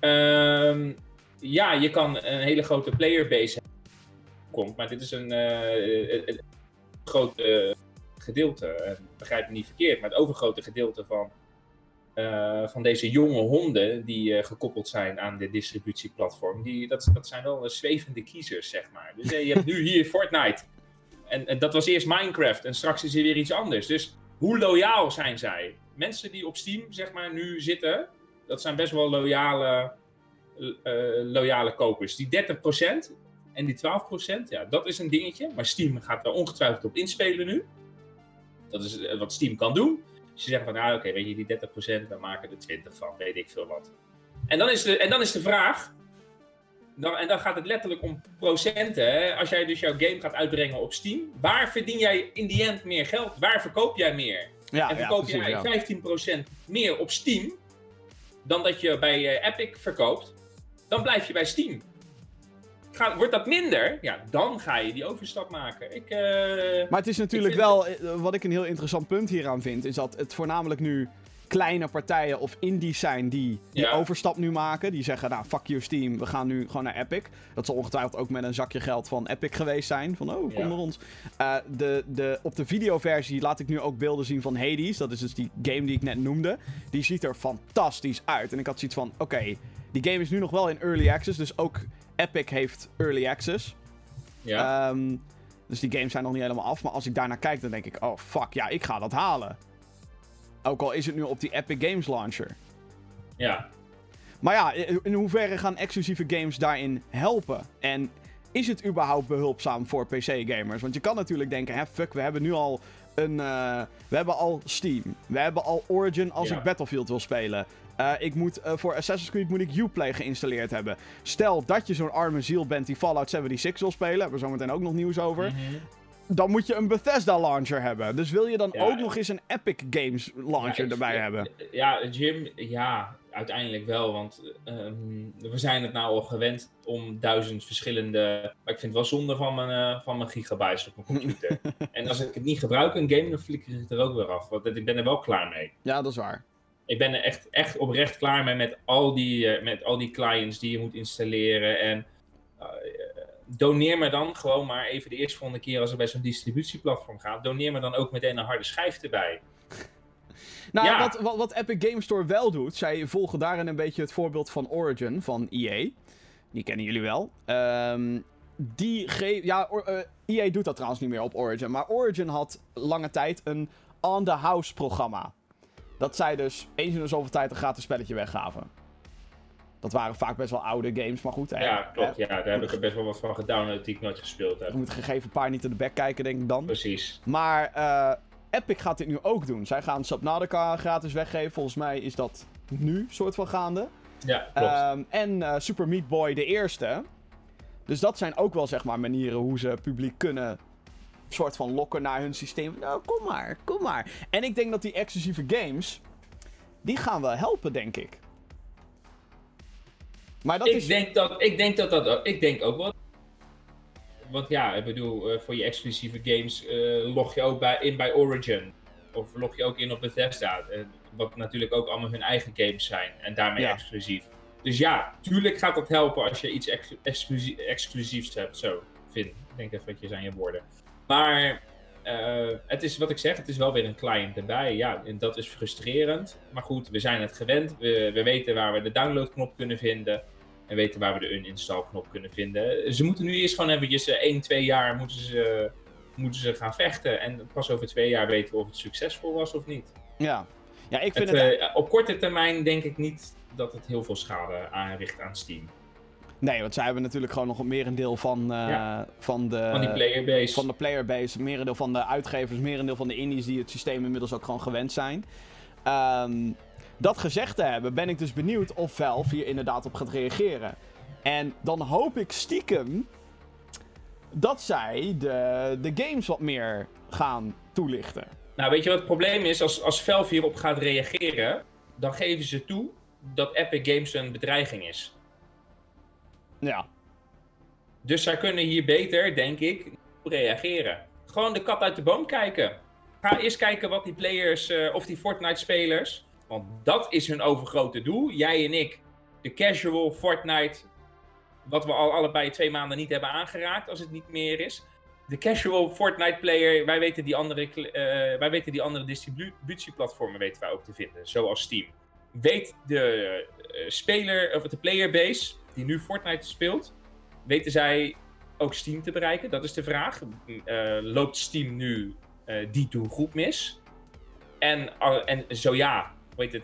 S2: je kan een hele grote playerbase hebben, maar dit is een groot gedeelte, begrijp me niet verkeerd, maar het overgrote gedeelte van deze jonge honden die gekoppeld zijn aan de distributieplatform, dat zijn wel zwevende kiezers, zeg maar. Dus je hebt nu hier Fortnite en dat was eerst Minecraft en straks is er weer iets anders. Dus hoe loyaal zijn zij? Mensen die op Steam, zeg maar, nu zitten, dat zijn best wel loyale kopers. Die 30% en die 12%, ja, dat is een dingetje. Maar Steam gaat er ongetwijfeld op inspelen nu. Dat is wat Steam kan doen. Dus je zegt van, oké, weet je, die 30%, we maken er 20 van, weet ik veel wat. En dan is de vraag, en dan gaat het letterlijk om procenten. Hè? Als jij dus jouw game gaat uitbrengen op Steam, waar verdien jij in die end meer geld? Waar verkoop jij meer? Ja, en verkoop jij 15% meer op Steam dan dat je bij Epic verkoopt, dan blijf je bij Steam. Wordt dat minder, ja, dan ga je die overstap maken. Maar
S1: het is natuurlijk wel, wat ik een heel interessant punt hieraan vind, is dat het voornamelijk nu... kleine partijen of indies zijn die overstap nu maken. Die zeggen, nou, fuck you Steam, we gaan nu gewoon naar Epic. Dat zal ongetwijfeld ook met een zakje geld van Epic geweest zijn. Van, kom naar ons. Op de videoversie laat ik nu ook beelden zien van Hades. Dat is dus die game die ik net noemde. Die ziet er fantastisch uit. En ik had zoiets van, oké, die game is nu nog wel in Early Access. Dus ook Epic heeft Early Access.
S2: Ja.
S1: Dus die games zijn nog niet helemaal af. Maar als ik daarnaar kijk, dan denk ik, oh fuck, ja, ik ga dat halen. Ook al is het nu op die Epic Games Launcher.
S2: Ja.
S1: Maar ja, in hoeverre gaan exclusieve games daarin helpen? En is het überhaupt behulpzaam voor PC-gamers? Want je kan natuurlijk denken, fuck, we hebben nu al we hebben al Steam. We hebben al Origin als ik Battlefield wil spelen. Voor Assassin's Creed moet ik Uplay geïnstalleerd hebben. Stel dat je zo'n arme ziel bent die Fallout 76 wil spelen. Hebben we zometeen ook nog nieuws over.
S2: Mm-hmm.
S1: Dan moet je een Bethesda launcher hebben. Dus wil je dan ook nog eens een Epic Games launcher erbij hebben?
S2: Ja, Jim, uiteindelijk wel. Want we zijn het nou al gewend om 1000 verschillende... Maar ik vind het wel zonde van mijn gigabytes op mijn computer. En als ik het niet gebruik, een game, dan flikker ik het er ook weer af. Want ik ben er wel klaar mee.
S1: Ja, dat is waar.
S2: Ik ben er echt oprecht klaar mee met al die clients die je moet installeren. En doneer me dan gewoon maar even de eerstvolgende keer als ik bij zo'n distributieplatform ga. Doneer me dan ook meteen een harde schijf erbij.
S1: Nou, wat Epic Games Store wel doet, zij volgen daarin een beetje het voorbeeld van Origin, van EA. Die kennen jullie wel. EA doet dat trouwens niet meer op Origin. Maar Origin had lange tijd een on-the-house programma. Dat zij dus eens in de zoveel tijd een gratis spelletje weggaven. Dat waren vaak best wel oude games, maar goed.
S2: Ja, klopt. Ja, daar heb ik er best wel wat van gedownload die ik nooit gespeeld heb.
S1: Je moet gegeven paar niet in de bek kijken, denk ik dan.
S2: Precies.
S1: Maar Epic gaat dit nu ook doen. Zij gaan Subnautica gratis weggeven. Volgens mij is dat nu soort van gaande.
S2: Ja, klopt.
S1: En Super Meat Boy de eerste. Dus dat zijn ook wel, zeg maar, manieren hoe ze publiek kunnen soort van lokken naar hun systeem. Nou, kom maar. En ik denk dat die exclusieve games, die gaan wel helpen, denk ik. Maar dat
S2: Ik denk ook wel. Want ja, ik bedoel, voor je exclusieve games log je ook bij Origin. Of log je ook in op Bethesda. Wat natuurlijk ook allemaal hun eigen games zijn. En daarmee exclusief. Dus ja, tuurlijk gaat dat helpen als je iets exclusiefs hebt. Zo, Vin, denk even aan je woorden. Maar het is wat ik zeg, het is wel weer een client erbij. Ja, en dat is frustrerend. Maar goed, we zijn het gewend. We weten waar we de downloadknop kunnen vinden. En weten waar we de uninstallknop kunnen vinden. Ze moeten nu eerst gewoon eventjes 1-2 jaar moeten ze gaan vechten. En pas over 2 jaar weten we of het succesvol was of niet.
S1: Ja, ik vind het...
S2: Op korte termijn denk ik niet dat het heel veel schade aanricht aan Steam.
S1: Nee, want zij hebben natuurlijk gewoon nog een merendeel van
S2: die playerbase.
S1: Van de playerbase, merendeel van de uitgevers, merendeel van de indies die het systeem inmiddels ook gewoon gewend zijn. Dat gezegd te hebben, ben ik dus benieuwd of Valve hier inderdaad op gaat reageren. En dan hoop ik stiekem dat zij de games wat meer gaan toelichten.
S2: Nou, weet je wat het probleem is? Als Valve hierop gaat reageren, dan geven ze toe dat Epic Games een bedreiging is.
S1: Ja.
S2: Dus zij kunnen hier beter, denk ik, op reageren. Gewoon de kat uit de boom kijken. Ga eerst kijken wat die players, of die Fortnite-spelers... Want dat is hun overgrote doel. Jij en ik, de casual Fortnite... Wat we al allebei 2 maanden niet hebben aangeraakt, als het niet meer is. De casual Fortnite-player, wij weten die andere distributieplatformen weten wij ook te vinden. Zoals Steam. Weet de speler, of de playerbase... die nu Fortnite speelt, weten zij ook Steam te bereiken? Dat is de vraag. Loopt Steam nu die doelgroep mis? En zo ja,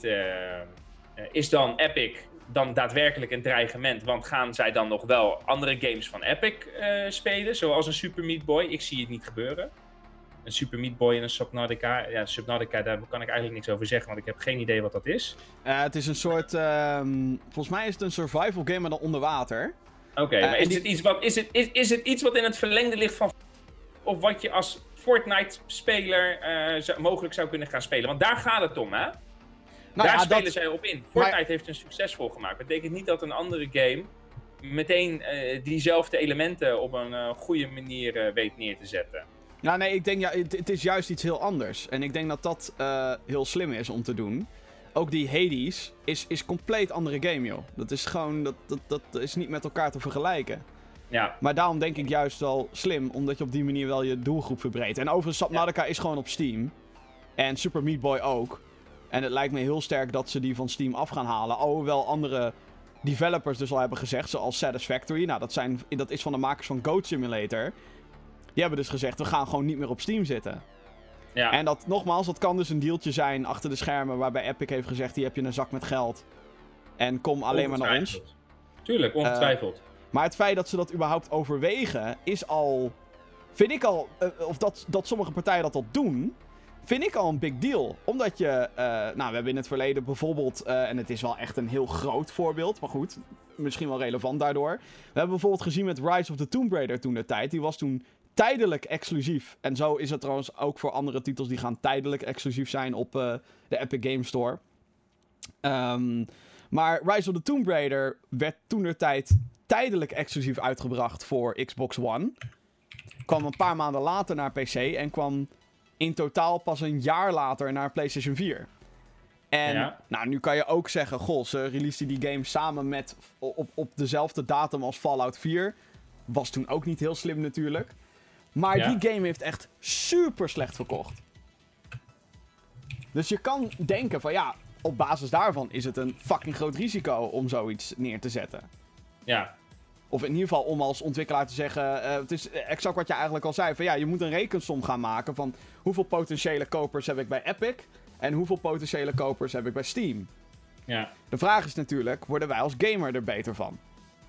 S2: is dan Epic dan daadwerkelijk een dreigement? Want gaan zij dan nog wel andere games van Epic spelen? Zoals een Super Meat Boy? Ik zie het niet gebeuren. Een Super Meat Boy en een Subnautica. Ja, Subnautica, daar kan ik eigenlijk niks over zeggen, want ik heb geen idee wat dat is.
S1: Het is een soort... volgens mij is het een survival game, maar dan onder water.
S2: Oké, maar is het iets wat in het verlengde ligt van... Of wat je als Fortnite-speler mogelijk zou kunnen gaan spelen? Want daar gaat het om, hè? Daar spelen zij op in. Fortnite heeft een succesvol gemaakt. Dat betekent niet dat een andere game meteen diezelfde elementen op een goede manier weet neer te zetten.
S1: Nou nee, ik denk het is juist iets heel anders. En ik denk dat dat heel slim is om te doen. ook die Hades is compleet andere game, joh. Dat is gewoon, dat is niet met elkaar te vergelijken.
S2: Ja.
S1: Maar daarom denk ik juist wel slim, omdat je op die manier wel je doelgroep verbreedt. En overigens, Subnautica is gewoon op Steam. En Super Meat Boy ook. En het lijkt me heel sterk dat ze die van Steam af gaan halen. Alhoewel andere developers dus al hebben gezegd, zoals Satisfactory. Nou, dat is van de makers van Goat Simulator. Die hebben dus gezegd, we gaan gewoon niet meer op Steam zitten.
S2: Ja.
S1: En dat kan dus een dealtje zijn achter de schermen, waarbij Epic heeft gezegd, hier heb je een zak met geld. En kom alleen maar naar ons.
S2: Tuurlijk, ongetwijfeld.
S1: Maar het feit dat ze dat überhaupt overwegen, is al... Vind ik al... of dat sommige partijen dat al doen, vind ik al een big deal. Omdat je... we hebben in het verleden bijvoorbeeld... en het is wel echt een heel groot voorbeeld, maar goed, misschien wel relevant daardoor. We hebben bijvoorbeeld gezien met Rise of the Tomb Raider toen de tijd. Die was toen tijdelijk exclusief. En zo is het trouwens ook voor andere titels die gaan tijdelijk exclusief zijn op de Epic Games Store. Maar Rise of the Tomb Raider werd toen de tijd tijdelijk exclusief uitgebracht voor Xbox One. Kwam een paar maanden later naar PC en kwam in totaal pas een jaar later naar PlayStation 4. En nu kan je ook zeggen, goh, ze releaseden die game samen met op dezelfde datum als Fallout 4. Was toen ook niet heel slim natuurlijk. Maar die game heeft echt super slecht verkocht. Dus je kan denken van ja, op basis daarvan is het een fucking groot risico om zoiets neer te zetten.
S2: Ja.
S1: Of in ieder geval om als ontwikkelaar te zeggen, het is exact wat je eigenlijk al zei. Van ja, je moet een rekensom gaan maken van hoeveel potentiële kopers heb ik bij Epic en hoeveel potentiële kopers heb ik bij Steam.
S2: Ja.
S1: De vraag is natuurlijk, worden wij als gamer er beter van?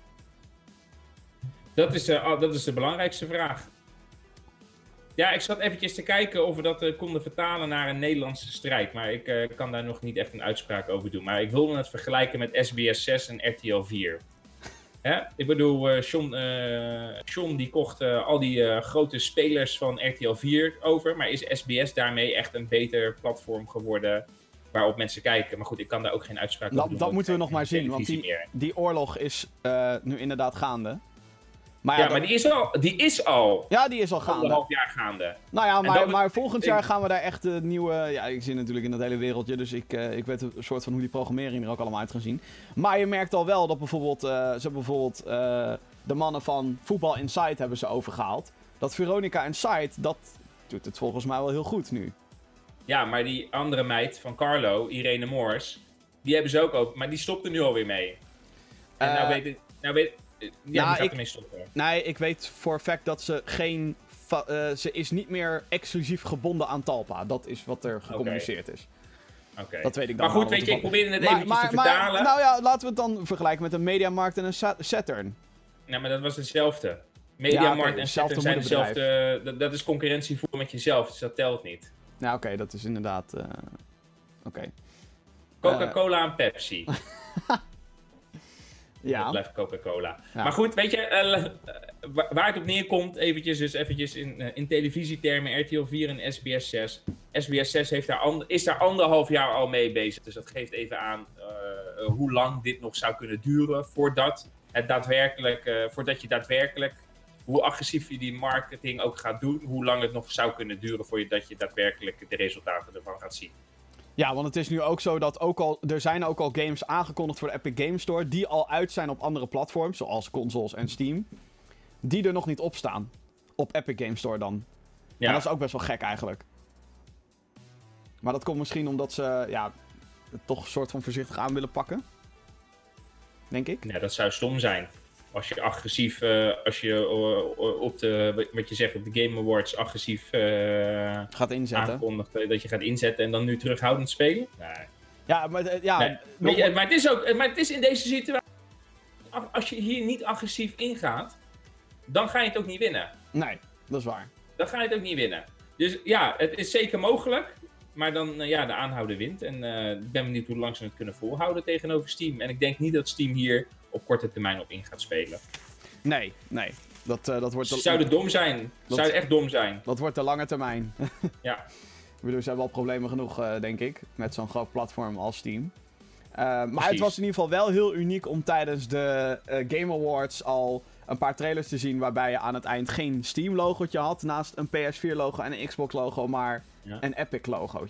S2: Dat is de belangrijkste vraag. Ja, ik zat eventjes te kijken of we dat konden vertalen naar een Nederlandse strijd. Maar ik kan daar nog niet echt een uitspraak over doen. Maar ik wilde het vergelijken met SBS 6 en RTL 4. Ik bedoel, Sean die kocht al die grote spelers van RTL 4 over. Maar is SBS daarmee echt een beter platform geworden waarop mensen kijken? Maar goed, ik kan daar ook geen uitspraak over doen.
S1: Dat moeten we nog maar zien, want die oorlog is nu inderdaad gaande. Maar
S2: maar die is al.
S1: Ja, die is al gaande.
S2: Anderhalf jaar gaande.
S1: Nou ja, maar volgend jaar gaan we daar echt een nieuwe... Ja, ik zit natuurlijk in dat hele wereldje, dus ik weet een soort van hoe die programmering er ook allemaal uit gaan zien. Maar je merkt al wel dat bijvoorbeeld... de mannen van Voetbal Inside hebben ze overgehaald. Dat Veronica Inside, dat doet het volgens mij wel heel goed nu.
S2: Ja, maar die andere meid van Carlo, Irene Moors, die hebben ze ook over. Maar die stopt er nu alweer mee. En die gaat ermee stoppen.
S1: Nee, ik weet voor een fact dat ze geen... ze is niet meer exclusief gebonden aan Talpa. Dat is wat er gecommuniceerd is.
S2: Oké.
S1: Dat weet ik dan.
S2: Maar goed, weet je, ik probeerde het eventjes te vertalen.
S1: Nou ja, laten we het dan vergelijken met een Mediamarkt en een Saturn.
S2: Nou, maar dat was hetzelfde. Mediamarkt en Saturn zijn hetzelfde. Dat is concurrentie voeren met jezelf, dus dat telt niet.
S1: Nou, oké, dat is inderdaad... Oké.
S2: Coca-Cola en Pepsi.
S1: Ja.
S2: Dat blijft Coca-Cola. Ja. Maar goed, weet je, waar het op neerkomt, eventjes in televisietermen, RTL 4 en SBS 6. SBS 6 is daar 1,5 jaar al mee bezig. Dus dat geeft even aan hoe lang dit nog zou kunnen duren voordat je daadwerkelijk, hoe agressief je die marketing ook gaat doen, hoe lang het nog zou kunnen duren voordat je daadwerkelijk de resultaten ervan gaat zien.
S1: Ja, want het is nu ook zo dat er zijn ook al games aangekondigd voor de Epic Games Store die al uit zijn op andere platforms, zoals consoles en Steam, die er nog niet op staan. Op Epic Games Store dan. Ja. En dat is ook best wel gek eigenlijk. Maar dat komt misschien omdat ze het toch een soort van voorzichtig aan willen pakken. Denk ik.
S2: Ja, dat zou stom zijn. Als je agressief, op de Game Awards agressief
S1: gaat inzetten.
S2: Aankondigt dat je gaat inzetten en dan nu terughoudend spelen? Nee.
S1: Ja, maar
S2: Maar het is in deze situatie, als je hier niet agressief ingaat, dan ga je het ook niet winnen.
S1: Nee, dat is waar.
S2: Dan ga je het ook niet winnen. Dus ja, het is zeker mogelijk. Maar dan, de aanhouder wint. En ik ben benieuwd hoe lang ze het kunnen volhouden tegenover Steam. En ik denk niet dat Steam hier op korte termijn op in gaat spelen.
S1: Nee. Dat wordt...
S2: Zou dom zijn. Zou echt dom zijn.
S1: Dat wordt de lange termijn.
S2: Ja.
S1: Ik bedoel, ze hebben al problemen genoeg, denk ik. Met zo'n groot platform als Steam. Maar het was in ieder geval wel heel uniek om tijdens de Game Awards al een paar trailers te zien waarbij je aan het eind geen Steam-logotje had naast een PS4-logo en een Xbox-logo, maar een Epic-logootje.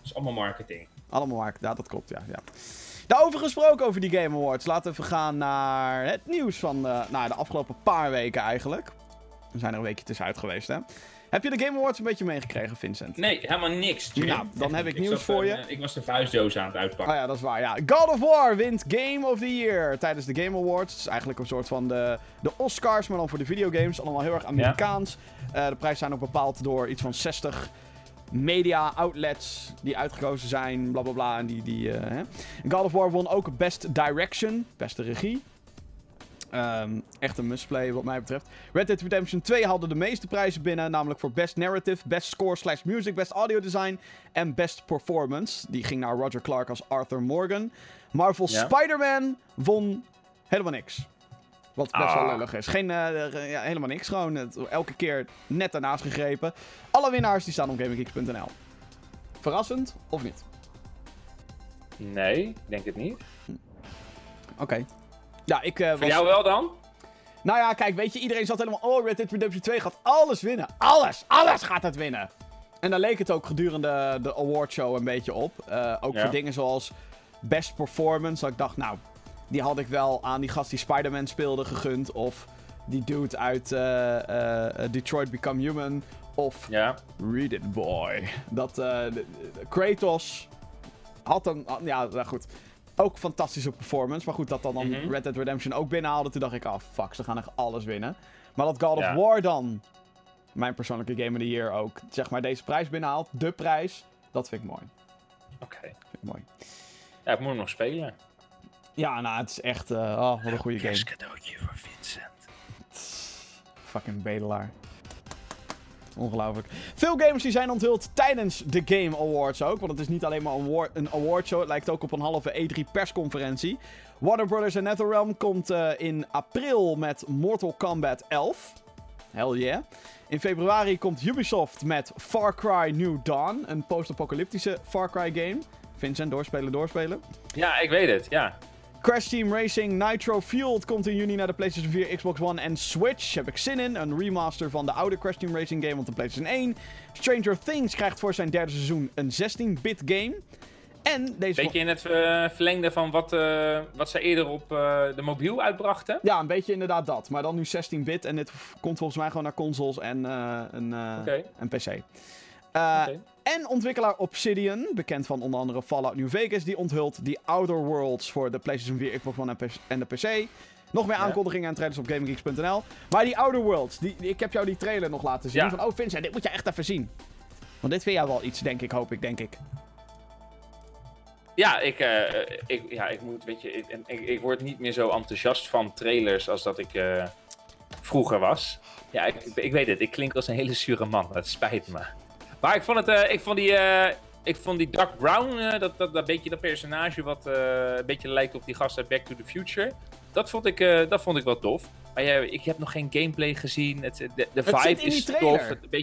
S2: is allemaal marketing.
S1: Allemaal marketing, ja, dat klopt, ja. Daarover gesproken over die Game Awards. Laten we even gaan naar het nieuws van de afgelopen paar weken eigenlijk. We zijn er een weekje tussenuit geweest, hè. Heb je de Game Awards een beetje meegekregen, Vincent?
S2: Nee, helemaal niks. Jim.
S1: Nou, dan heb ik nieuws voor je.
S2: Ik was de vuistdoos aan het uitpakken.
S1: Oh ja, dat is waar, ja. God of War wint Game of the Year tijdens de Game Awards. Het is eigenlijk een soort van de Oscars, maar dan voor de videogames. Allemaal heel erg Amerikaans. De prijzen zijn ook bepaald door iets van 60 media outlets die uitgekozen zijn, blablabla. En God of War won ook Best Direction, beste regie. Echt een must-play wat mij betreft. Red Dead Redemption 2 haalde de meeste prijzen binnen. Namelijk voor Best Narrative, Best Score/Music, Best Audio Design en Best Performance. Die ging naar Roger Clark als Arthur Morgan. Marvel Spider-Man won helemaal niks. Wat best wel lullig is. Helemaal niks. Gewoon elke keer net daarnaast gegrepen. Alle winnaars die staan op GameGeeks.nl. Verrassend of niet?
S2: Nee, ik denk het niet.
S1: Oké. Ja,
S2: voor jou wel dan?
S1: Nou ja, kijk, weet je, iedereen zat helemaal... Oh, Red Dead Redemption 2 gaat alles winnen. Alles gaat het winnen. En daar leek het ook gedurende de awardshow een beetje op. Ook voor dingen zoals Best Performance. Dat ik dacht, nou, die had ik wel aan die gast die Spider-Man speelde gegund. Of die dude uit Detroit Become Human. Of Read It Boy. Dat Kratos had een... Ja, nou goed... Ook fantastische performance. Maar goed, dat dan Red Dead Redemption ook binnenhaalde. Toen dacht ik, fuck, ze gaan echt alles winnen. Maar dat God of War dan, mijn persoonlijke Game of the Year ook, zeg maar deze prijs binnenhaalt. De prijs, dat vind ik mooi.
S2: Oké.
S1: Vind ik mooi.
S2: Ja, ik moet hem nog spelen.
S1: Ja, nou, het is echt, wat een goede game.
S2: Een cadeautje voor Vincent.
S1: Fucking bedelaar. Ongelooflijk. Veel games die zijn onthuld tijdens de Game Awards ook. Want het is niet alleen maar een awardshow. Het lijkt ook op een halve E3 persconferentie. Warner Brothers en NetherRealm komt in april met Mortal Kombat 11. Hell yeah. In februari komt Ubisoft met Far Cry New Dawn. Een post-apocalyptische Far Cry game. Vincent, doorspelen.
S2: Ja, ik weet het, ja.
S1: Crash Team Racing Nitro Fueled komt in juni naar de PlayStation 4, Xbox One en Switch. Heb ik zin in. Een remaster van de oude Crash Team Racing game op de PlayStation 1. Stranger Things krijgt voor zijn derde seizoen een 16-bit game. En deze...
S2: Beetje in het verlengde van wat ze eerder op de mobiel uitbrachten?
S1: Ja, een beetje inderdaad dat. Maar dan nu 16-bit en dit komt volgens mij gewoon naar consoles en een PC. En ontwikkelaar Obsidian, bekend van onder andere Fallout New Vegas, die onthult The Outer Worlds voor de PlayStation 4, Xbox One en de PC. Nog meer aankondigingen en trailers op GameGeeks.nl. Maar die Outer Worlds, ik heb jou die trailer nog laten zien. Van, Vincent, dit moet je echt even zien. Want dit vind jij wel iets, denk ik.
S2: Ja, ik moet, weet je, ik word niet meer zo enthousiast van trailers als dat ik vroeger was. Ja, ik weet het, ik klink als een hele zure man, dat spijt me. Maar ik vond die Doc Brown, dat beetje dat personage wat een beetje lijkt op die gast uit Back to the Future. Dat vond ik wel tof. Maar ik heb nog geen gameplay gezien. De vibe is tof.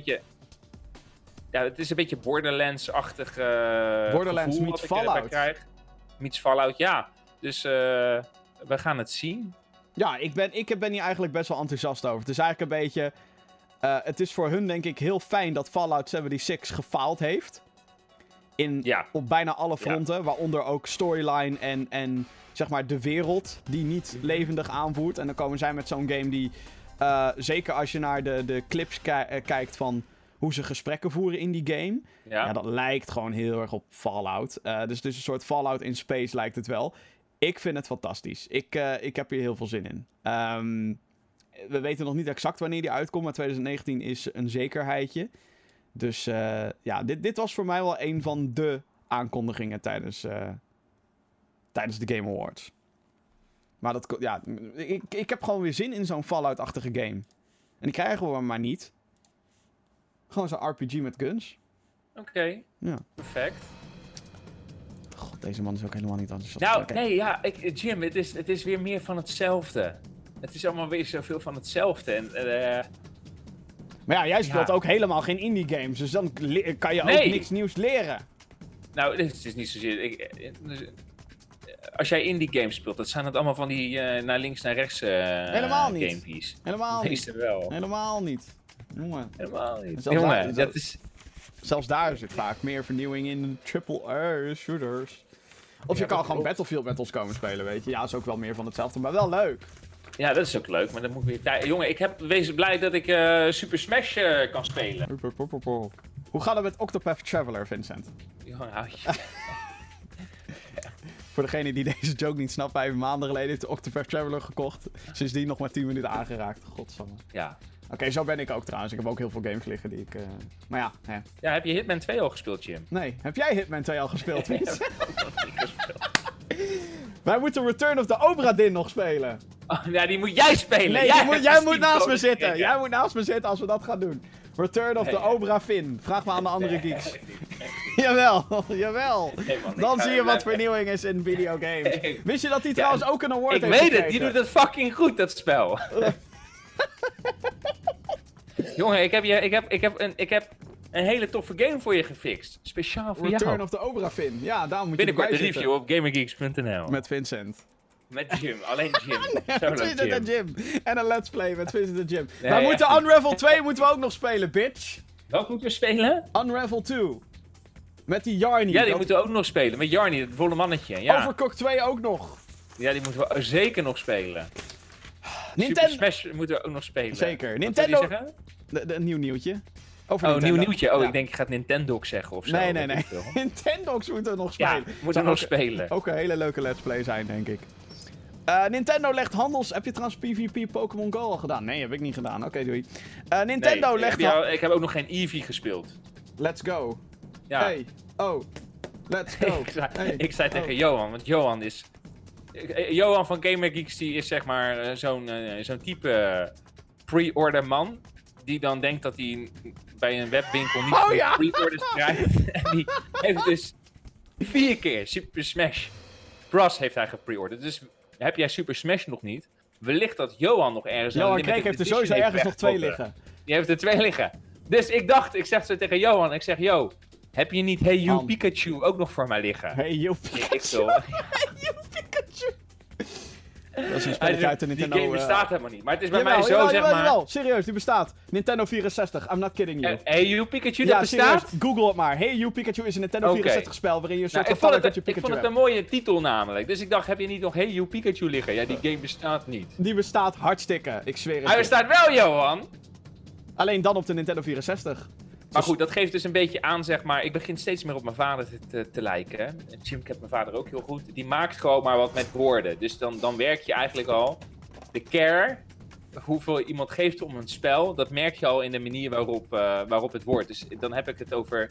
S2: Het is een beetje Borderlands-achtig
S1: Borderlands meets Fallout.
S2: Meets Fallout, ja. Dus we gaan het zien. Ja, ik
S1: ben hier eigenlijk best wel enthousiast over. Het is eigenlijk een beetje... het is voor hun denk ik heel fijn dat Fallout 76 gefaald heeft. Op bijna alle fronten. Waaronder ook storyline en zeg maar de wereld die niet levendig aanvoert. En dan komen zij met zo'n game die... zeker als je naar de clips kijkt van hoe ze gesprekken voeren in die game. Ja, dat lijkt gewoon heel erg op Fallout. Dus het is een soort Fallout in space lijkt het wel. Ik vind het fantastisch. Ik heb hier heel veel zin in. We weten nog niet exact wanneer die uitkomt, maar 2019 is een zekerheidje. Dus dit was voor mij wel een van de aankondigingen tijdens de Game Awards. Maar ik heb gewoon weer zin in zo'n Fallout-achtige game. En die krijgen we maar niet. Gewoon zo'n RPG met guns.
S2: Oké. Ja. Perfect.
S1: God, deze man is ook helemaal niet enthousiast.
S2: Nou, Jim, het is weer meer van hetzelfde. Het is allemaal weer zoveel van hetzelfde.
S1: Maar ja, jij speelt ook helemaal geen indie games. Dus dan kan je ook niks nieuws leren.
S2: Nou, het is niet zozeer... als jij indie games speelt, dat zijn het allemaal van die naar links, naar rechts
S1: helemaal niet.
S2: Gamepies.
S1: Helemaal niet.
S2: Meestal wel.
S1: Helemaal niet. Jongen.
S2: Helemaal niet.
S1: Jongen,
S2: dat is...
S1: Zelfs daar zit vaak meer vernieuwing in triple-A shooters. Of je kan gewoon Battlefield met ons komen spelen, weet je. Ja, is ook wel meer van hetzelfde, maar wel leuk.
S2: Ja, dat is ook leuk, maar dan moet ik weer... Jongen, ik heb wezen blij dat ik Super Smash kan spelen.
S1: Hoe gaat het met Octopath Traveler, Vincent?
S2: Jongen, hou je...
S1: Voor degene die deze joke niet snapt, 5 maanden geleden heeft de Octopath Traveler gekocht. Sindsdien nog maar 10 minuten aangeraakt. Godsamme.
S2: Ja.
S1: Oké, zo ben ik ook trouwens. Ik heb ook heel veel games liggen die ik... Maar ja, hè.
S2: Ja, heb je Hitman 2 al gespeeld, Jim?
S1: Nee, heb jij Hitman 2 al gespeeld, Vincent? Wij moeten Return of the Obra Dinn nog spelen.
S2: Oh, ja, die moet jij spelen.
S1: Nee, jij moet naast me zitten. Ja. Jij moet naast me zitten als we dat gaan doen. Return of the Obra Finn. Vraag maar aan de andere geeks. Jawel, jawel.
S2: Nee, man,
S1: dan zie je wat vernieuwing is in videogames. Wist je dat die trouwens ook een award heeft
S2: gekregen? Ik weet het, die doet het fucking goed, dat spel. Jongen, ik heb een hele toffe game voor je gefixt. Speciaal voor jou.
S1: Return of the Obra Finn. Ja, daar moet je
S2: binnenkort de review op gamergeeks.nl.
S1: Met Vincent.
S2: Met Jim, alleen Jim.
S1: Vincent en Jim. En een let's play met Vincent en Jim. Nee, wij moeten Unravel 2 moeten we ook nog spelen, bitch.
S2: Welk moeten we spelen?
S1: Unravel 2. Met die Yarny.
S2: Ja, die moeten we ook nog spelen. Met Yarny, het volle mannetje. Ja.
S1: Overcooked 2 ook nog.
S2: Ja, die moeten we zeker nog spelen.
S1: Nintendo...
S2: Super Smash moeten we ook nog spelen.
S1: Zeker. Nintendo... Een nieuw nieuwtje. Over
S2: Nintendo. Nieuw nieuwtje. Oh, ja. Ik denk je gaat Nintendox zeggen of zo.
S1: Nee. Nintendox moeten we nog spelen.
S2: Ja, moeten we nog spelen.
S1: Ook een hele leuke let's play zijn, denk ik. Nintendo legt handels... Heb je trouwens PvP Pokémon Go al gedaan? Nee, heb ik niet gedaan. Oké, doei. Nintendo legt...
S2: Ik heb ook nog geen Eevee gespeeld.
S1: Let's go.
S2: Ja.
S1: Hey. Oh. Let's go.
S2: Ik zei tegen Johan, want Johan is... Johan van Gamergeeks die is zeg maar zo'n type pre-order man. Die dan denkt dat hij bij een webwinkel niet pre-orders krijgt. En die heeft dus 4 keer Super Smash Bros. Heeft hij gepre-orderd. Dus heb jij Super Smash nog niet? Wellicht dat Johan nog ergens...
S1: Johan Kreek heeft er sowieso ergens nog 2 liggen.
S2: Die heeft er 2 liggen. Dus ik zeg zo tegen Johan, ik zeg, yo, heb je niet Hey You Pikachu ook nog voor mij liggen?
S1: Hey You Pikachu. Hey You Pikachu. Dat is een spelletje uit de Nintendo...
S2: Die game bestaat helemaal niet. Maar het is bij mij zo, zeg maar...
S1: Jawel, serieus, die bestaat. Nintendo 64, I'm not kidding you.
S2: Hey You Pikachu, dat bestaat?
S1: Serieus, Google het maar. Hey You Pikachu is een Nintendo 64 spel waarin je een soort
S2: van Pikachu hebt. Ik vond het een mooie titel namelijk. Dus ik dacht, heb je niet nog Hey You Pikachu liggen? Ja, die game bestaat niet.
S1: Die bestaat hartstikke, ik zweer het.
S2: Hij bestaat wel, Johan!
S1: Alleen dan op de Nintendo 64.
S2: Maar goed, dat geeft dus een beetje aan, zeg maar... Ik begin steeds meer op mijn vader te lijken. Jim kent mijn vader ook heel goed. Die maakt gewoon maar wat met woorden. Dus dan werk je eigenlijk al... De care, hoeveel iemand geeft om een spel... Dat merk je al in de manier waarop het wordt. Dus dan heb ik het over...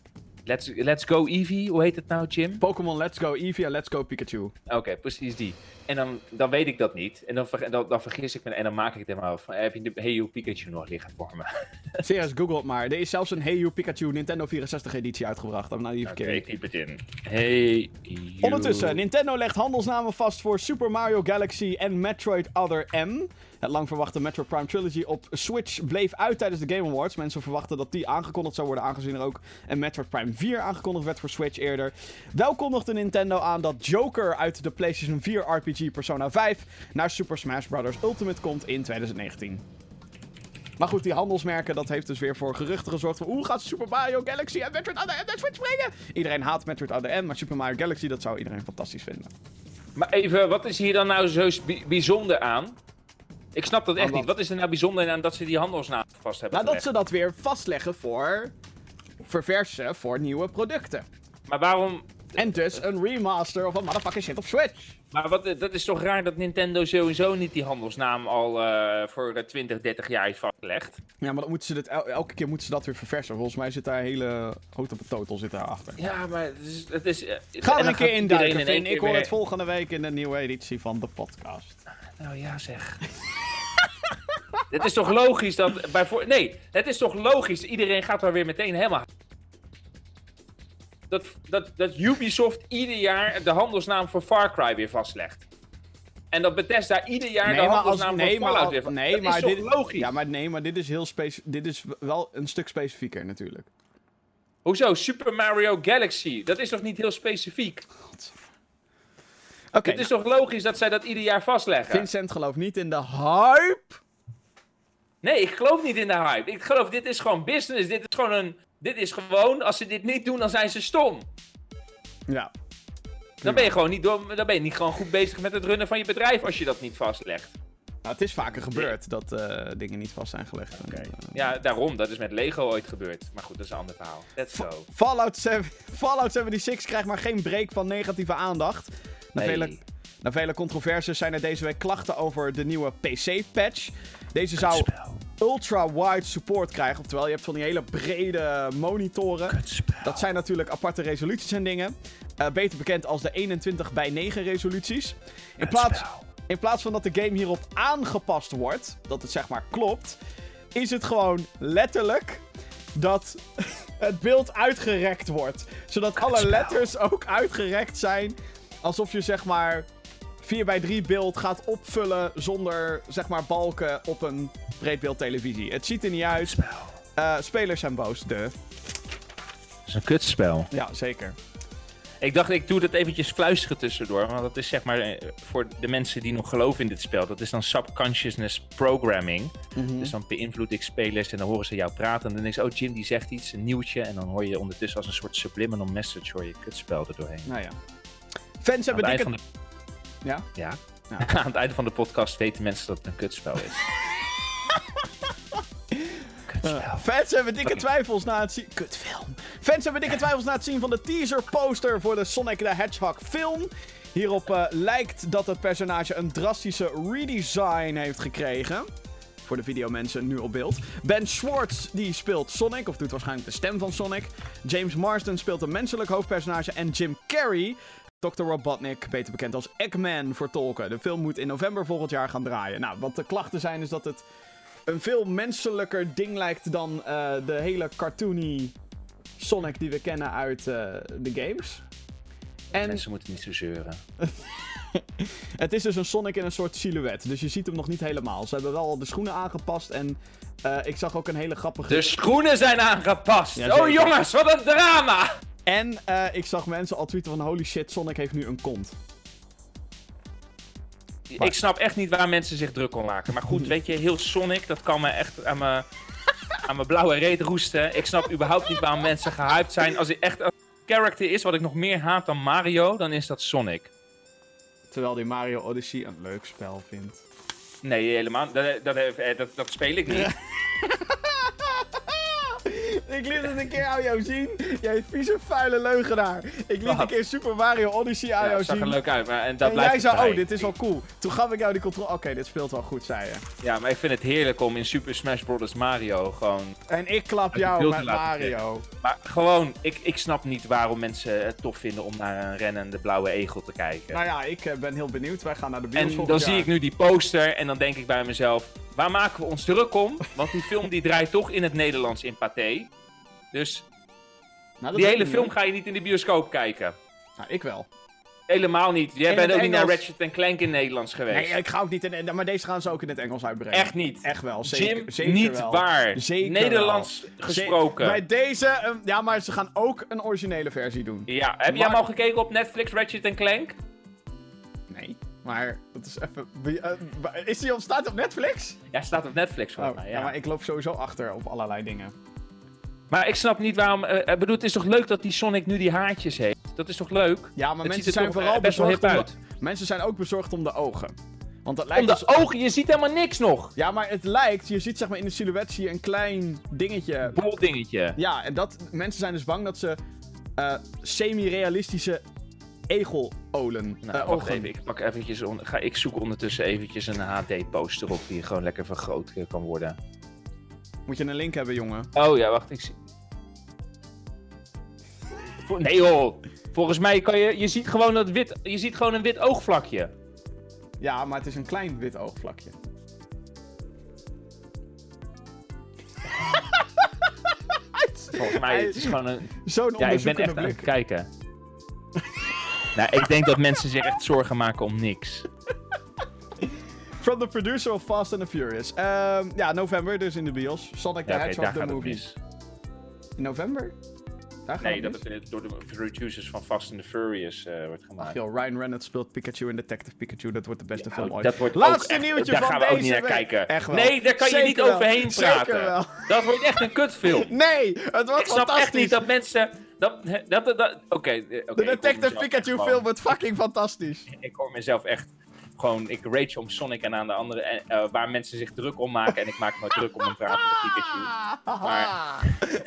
S2: Let's Go Eevee, hoe heet het nou, Jim?
S1: Pokémon Let's Go Eevee en Let's Go Pikachu.
S2: Oké, precies die. En dan weet ik dat niet. En dan vergis ik me en dan maak ik het helemaal af. Heb je de Hey You Pikachu nog liggen voor me?
S1: Serieus, Google het maar. Er is zelfs een Hey You Pikachu Nintendo 64 editie uitgebracht.
S2: Oké, ik typ het in. Hey You...
S1: Ondertussen, Nintendo legt handelsnamen vast voor Super Mario Galaxy en Metroid Other M. Het lang verwachte Metroid Prime Trilogy op Switch bleef uit tijdens de Game Awards. Mensen verwachten dat die aangekondigd zou worden, aangezien er ook een Metroid Prime 4 aangekondigd werd voor Switch eerder. Wel kondigde Nintendo aan dat Joker uit de PlayStation 4 RPG Persona 5 naar Super Smash Bros. Ultimate komt in 2019. Maar goed, die handelsmerken, dat heeft dus weer voor geruchten gezorgd van... Hoe gaat Super Mario Galaxy en Metroid Other M naar Switch brengen? Iedereen haat Metroid Other M, maar Super Mario Galaxy, dat zou iedereen fantastisch vinden.
S2: Maar even, wat is hier dan nou zo bijzonder aan? Ik snap dat echt niet. Wat is er nou bijzonder aan dat ze die handelsnaam vast hebben
S1: gelegd? Dat ze dat weer vastleggen voor... verversen voor nieuwe producten.
S2: Maar waarom...
S1: En dus een remaster of een motherfucking shit op Switch.
S2: Maar dat is toch raar dat Nintendo sowieso niet die handelsnaam al voor 20, 30 jaar heeft vastgelegd?
S1: Ja, maar dan moeten ze elke keer moeten ze dat weer verversen. Volgens mij zit daar een hele hoogte total zit daarachter.
S2: Ja, maar het is...
S1: Ga er een keer induiken, Finn. Ik hoor het volgende week in de nieuwe editie van de podcast.
S2: Nou ja, zeg. Het is toch logisch dat... Nee, het is toch logisch. Iedereen gaat er weer meteen helemaal... Dat Ubisoft ieder jaar de handelsnaam voor Far Cry weer vastlegt. En dat Bethesda ieder jaar de handelsnaam voor Fallout weer vastlegt.
S1: Nee, maar dit is logisch. Ja, maar dit is heel dit is wel een stuk specifieker natuurlijk.
S2: Hoezo? Super Mario Galaxy. Dat is toch niet heel specifiek? Het is toch logisch dat zij dat ieder jaar vastleggen?
S1: Vincent gelooft niet in de hype.
S2: Nee, ik geloof niet in de hype. Ik geloof, dit is gewoon business. Dit is gewoon Dit is gewoon, als ze dit niet doen, dan zijn ze stom.
S1: Ja.
S2: Dan ben je niet gewoon goed bezig met het runnen van je bedrijf als je dat niet vastlegt.
S1: Nou, het is vaker gebeurd dat dingen niet vast zijn gelegd.
S2: Okay. Ja, daarom. Dat is met Lego ooit gebeurd. Maar goed, dat is een ander verhaal. Let's go.
S1: Fallout 76 krijgt maar geen break van negatieve aandacht. Na vele controversies zijn er deze week klachten over de nieuwe PC-patch. Deze zou ultra-wide support krijgen. Oftewel, je hebt van die hele brede monitoren. Dat zijn natuurlijk aparte resoluties en dingen. Beter bekend als de 21:9 resoluties. In plaats van dat de game hierop aangepast wordt, dat het zeg maar klopt, is het gewoon letterlijk dat het beeld uitgerekt wordt. Zodat alle letters ook uitgerekt zijn, alsof je zeg maar 4:3 beeld gaat opvullen zonder zeg maar balken op een breedbeeldtelevisie. Het ziet er niet uit. Spelers zijn boos, Dat
S2: is een kutspel.
S1: Ja, zeker.
S2: Ik dacht, ik doe dat eventjes fluisteren tussendoor. Want dat is zeg maar, voor de mensen die nog geloven in dit spel, dat is dan subconsciousness programming. Mm-hmm. Dus dan beïnvloed ik spelers en dan horen ze jou praten. En dan denk je, oh Jim die zegt iets, een nieuwtje. En dan hoor je ondertussen als een soort subliminal message, hoor je kutspel erdoorheen.
S1: Nou ja. Fans hebben dikke...
S2: Ja? Ja. Aan het einde van de podcast weten mensen dat het een kutspel is.
S1: Fans hebben dikke twijfels na het zien... Kutfilm. Fans hebben dikke twijfels na het zien van de teaser poster voor de Sonic the Hedgehog film. Hierop lijkt dat het personage een drastische redesign heeft gekregen. Voor de videomensen nu op beeld. Ben Schwartz die speelt Sonic, of doet waarschijnlijk de stem van Sonic. James Marsden speelt een menselijk hoofdpersonage. En Jim Carrey, Dr. Robotnik, beter bekend als Eggman, vertolken. De film moet in november volgend jaar gaan draaien. Nou, wat de klachten zijn is dat het een veel menselijker ding lijkt dan de hele cartoony Sonic die we kennen uit de games. En
S2: mensen moeten niet zo zeuren.
S1: Het is dus een Sonic in een soort silhouet. Dus je ziet hem nog niet helemaal. Ze hebben wel de schoenen aangepast. En ik zag ook een hele grappige...
S2: De schoenen zijn aangepast! Ja, oh jongens, wat een drama!
S1: En ik zag mensen al tweeten van holy shit, Sonic heeft nu een kont.
S2: Ik snap echt niet waar mensen zich druk om maken. Maar goed, weet je, heel Sonic, dat kan me echt aan mijn blauwe reet roesten. Ik snap überhaupt niet waarom mensen gehyped zijn. Als hij echt een character is wat ik nog meer haat dan Mario, dan is dat Sonic.
S1: Terwijl die Mario Odyssey een leuk spel vindt.
S2: Nee, helemaal. Dat speel ik niet.
S1: Ik liet het een keer aan jou zien. Jij vieze, vuile leugenaar. Ik liet een keer Super Mario Odyssey aan jou zien.
S2: Dat zag er leuk uit. Maar, en
S1: jij zei, oh, dit is wel cool. Toen gaf ik jou die controle. Oké, dit speelt wel goed, zei je.
S2: Ja, maar ik vind het heerlijk om in Super Smash Bros. Mario gewoon...
S1: En ik klap jou met Mario.
S2: Maar gewoon, ik snap niet waarom mensen het tof vinden om naar een rennende blauwe egel te kijken.
S1: Nou ja, ik ben heel benieuwd. Wij gaan naar de bios.
S2: En dan zie ik nu die poster en dan denk ik bij mezelf... Waar maken we ons druk om? Want die film die draait toch in het Nederlands in Pathé. Dus die hele film ga je niet in de bioscoop kijken.
S1: Nou, ik wel.
S2: Helemaal niet. Jij bent ook niet naar Ratchet & Clank in Nederlands geweest.
S1: Nee, ik ga ook niet in... Maar deze gaan ze ook in het Engels uitbrengen.
S2: Echt niet.
S1: Echt wel,
S2: zeker niet wel. Waar. Zeker Nederlands wel. Gesproken.
S1: Bij deze... ja, maar ze gaan ook een originele versie doen.
S2: Ja, heb jij hem al gekeken op Netflix, Ratchet & Clank?
S1: Nee. Maar, dat is even... staat hij op Netflix?
S2: Ja, staat op Netflix volgens mij, ja.
S1: Maar ik loop sowieso achter op allerlei dingen.
S2: Maar ik snap niet waarom... Ik bedoel, het is toch leuk dat die Sonic nu die haartjes heeft? Dat is toch leuk?
S1: Ja, maar mensen zijn vooral bezorgd om mensen zijn ook bezorgd om de ogen. Want het lijkt
S2: om de ogen? Je ziet helemaal niks nog!
S1: Ja, maar het lijkt... Je ziet zeg maar in de silhouet zie je een klein dingetje.
S2: Bol dingetje.
S1: Ja, en mensen zijn dus bang dat ze semi-realistische egelolen.
S2: Wacht even, ik pak eventjes... Ik zoek ondertussen eventjes een HD-poster op die gewoon lekker vergroot kan worden.
S1: Moet je een link hebben, jongen?
S2: Oh ja, wacht, ik zie... Nee joh! Volgens mij kan je ziet gewoon dat wit... Je ziet gewoon een wit oogvlakje.
S1: Ja, maar het is een klein wit oogvlakje.
S2: Volgens mij het is gewoon een...
S1: Zo'n onderzoekende
S2: ik ben echt aan het kijken. Nou, ik denk dat mensen zich echt zorgen maken om niks.
S1: From the producer of Fast and the Furious. Ja, november dus in de bios. Sonic the Hedgehog, the movie. In november?
S2: Nee, dat het door de producers van Fast and the Furious wordt gemaakt.
S1: Ach joh, Ryan Reynolds speelt Pikachu in Detective Pikachu. Dat wordt de beste film ooit.
S2: Dat wordt
S1: Laatste
S2: ook
S1: nieuwtje
S2: daar
S1: van
S2: gaan we
S1: deze
S2: ook niet naar
S1: week.
S2: kijken.
S1: Echt wel.
S2: Nee, daar kan je niet overheen praten.
S1: Zeker wel.
S2: Dat wordt echt een kutfilm.
S1: Nee, het wordt
S2: Ik snap
S1: fantastisch.
S2: echt niet dat mensen... Oké,
S1: De Detective Pikachu film wordt fucking fantastisch.
S2: Ik hoor mezelf echt... Gewoon, ik rage om Sonic en aan de andere... waar mensen zich druk om maken. En ik maak me druk om een pratende Pikachu. Maar...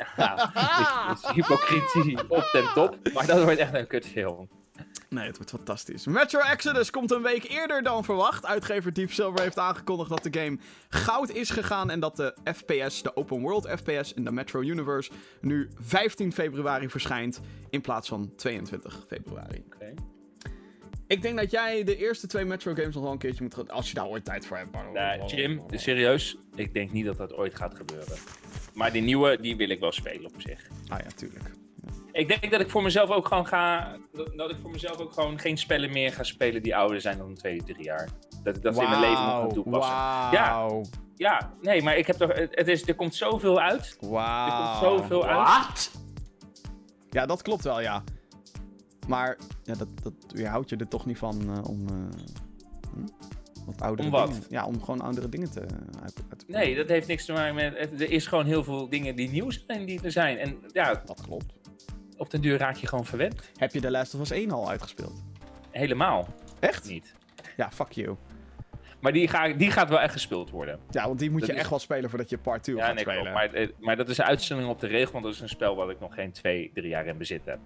S2: het is hypocrisie op ten top. Maar dat wordt echt een kutfilm.
S1: Nee, het wordt fantastisch. Metro Exodus komt een week eerder dan verwacht. Uitgever Deep Silver heeft aangekondigd dat de game goud is gegaan. En dat de FPS, de open world FPS in de Metro Universe, nu 15 februari verschijnt. In plaats van 22 februari.
S2: Oké.
S1: Ik denk dat jij de eerste 2 Metro games nog wel een keertje moet gaan... Als je daar ooit tijd voor hebt.
S2: Jim, serieus, ik denk niet dat dat ooit gaat gebeuren. Maar die nieuwe, die wil ik wel spelen op zich.
S1: Ah ja, tuurlijk.
S2: Ik denk dat ik voor mezelf ook gewoon dat ik voor mezelf ook gewoon geen spellen meer ga spelen die ouder zijn dan 2-3 jaar. Dat ik dat in mijn leven nog kan toepassen.
S1: Wauw.
S2: Ja, nee, maar ik heb toch... er komt zoveel uit.
S1: Wauw.
S2: Er komt zoveel uit.
S1: Ja, dat klopt wel, ja. Maar ja, je houdt je er toch niet van om wat oudere
S2: Om wat?
S1: dingen... Ja, om gewoon oudere dingen te...
S2: Nee, dat heeft niks te maken met... Er is gewoon heel veel dingen die nieuw zijn, die er zijn. En ja,
S1: Dat klopt.
S2: op den duur raak je gewoon verwend.
S1: Heb je The Last of Us 1 al uitgespeeld?
S2: Helemaal
S1: Echt?
S2: niet.
S1: Ja, fuck you.
S2: Maar die gaat wel echt gespeeld worden.
S1: Ja, want die moet
S2: Dat
S1: je
S2: is-
S1: echt wel spelen voordat je part 2 gaat spelen.
S2: Maar dat is een uitstelling op de regel, want dat is een spel wat ik nog geen 2-3 jaar in bezit heb.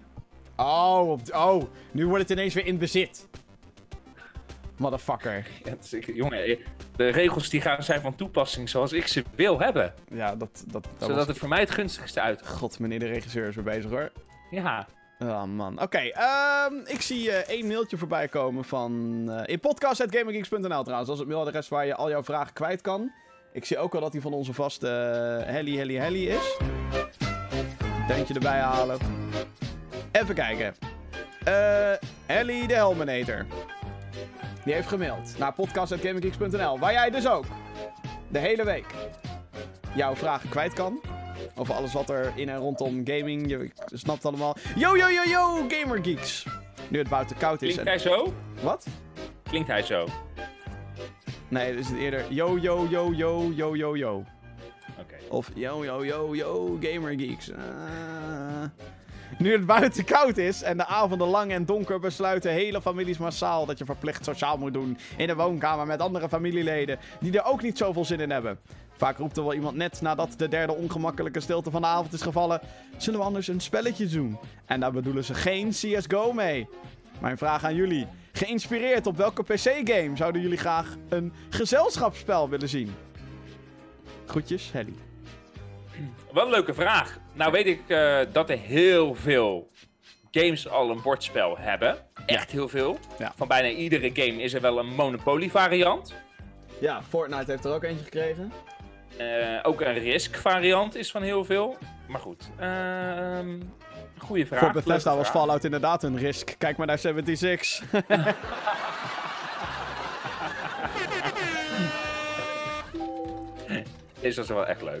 S1: Oh, nu wordt het ineens weer in bezit. Motherfucker.
S2: Ja, jongen, de regels die zijn van toepassing zoals ik ze wil hebben.
S1: Ja, dat
S2: Zodat het voor mij het gunstigste uitkomt.
S1: God, meneer de regisseur is weer bezig hoor.
S2: Ja.
S1: Oh man, oké. Ik zie 1 mailtje voorbij komen van... in podcast@gamergeeks.nl trouwens. Dat is het mailadres waar je al jouw vragen kwijt kan. Ik zie ook al dat die van onze vaste Helly is. Deuntje erbij halen. Even kijken. Helly de Helminator. Die heeft gemaild naar podcast@gamergeeks.nl. Waar jij dus ook de hele week jouw vragen kwijt kan. Over alles wat er in en rondom gaming. Je snapt het allemaal. Yo, Gamergeeks. Nu het buiten koud is.
S2: Klinkt hij zo?
S1: Wat?
S2: Klinkt hij zo?
S1: Nee, dus het eerder yo.
S2: Oké.
S1: Of yo, Gamergeeks. Nu het buiten koud is en de avonden lang en donker, besluiten hele families massaal dat je verplicht sociaal moet doen in de woonkamer met andere familieleden die er ook niet zoveel zin in hebben. Vaak roept er wel iemand net nadat de derde ongemakkelijke stilte van de avond is gevallen: zullen we anders een spelletje doen? En daar bedoelen ze geen CSGO mee. Mijn vraag aan jullie: geïnspireerd op welke PC-game zouden jullie graag een gezelschapsspel willen zien? Groetjes, Helly.
S2: Wat een leuke vraag. Nou weet ik dat er heel veel games al een bordspel hebben. Echt heel veel.
S1: Ja.
S2: Van bijna iedere game is er wel een Monopoly variant.
S1: Ja, Fortnite heeft er ook eentje gekregen.
S2: Ook een Risk variant is van heel veel. Maar goed, goede vraag.
S1: Voor Bethesda
S2: leuke
S1: was
S2: vraag.
S1: Fallout inderdaad een risk. Kijk maar naar 76.
S2: Deze was wel echt leuk.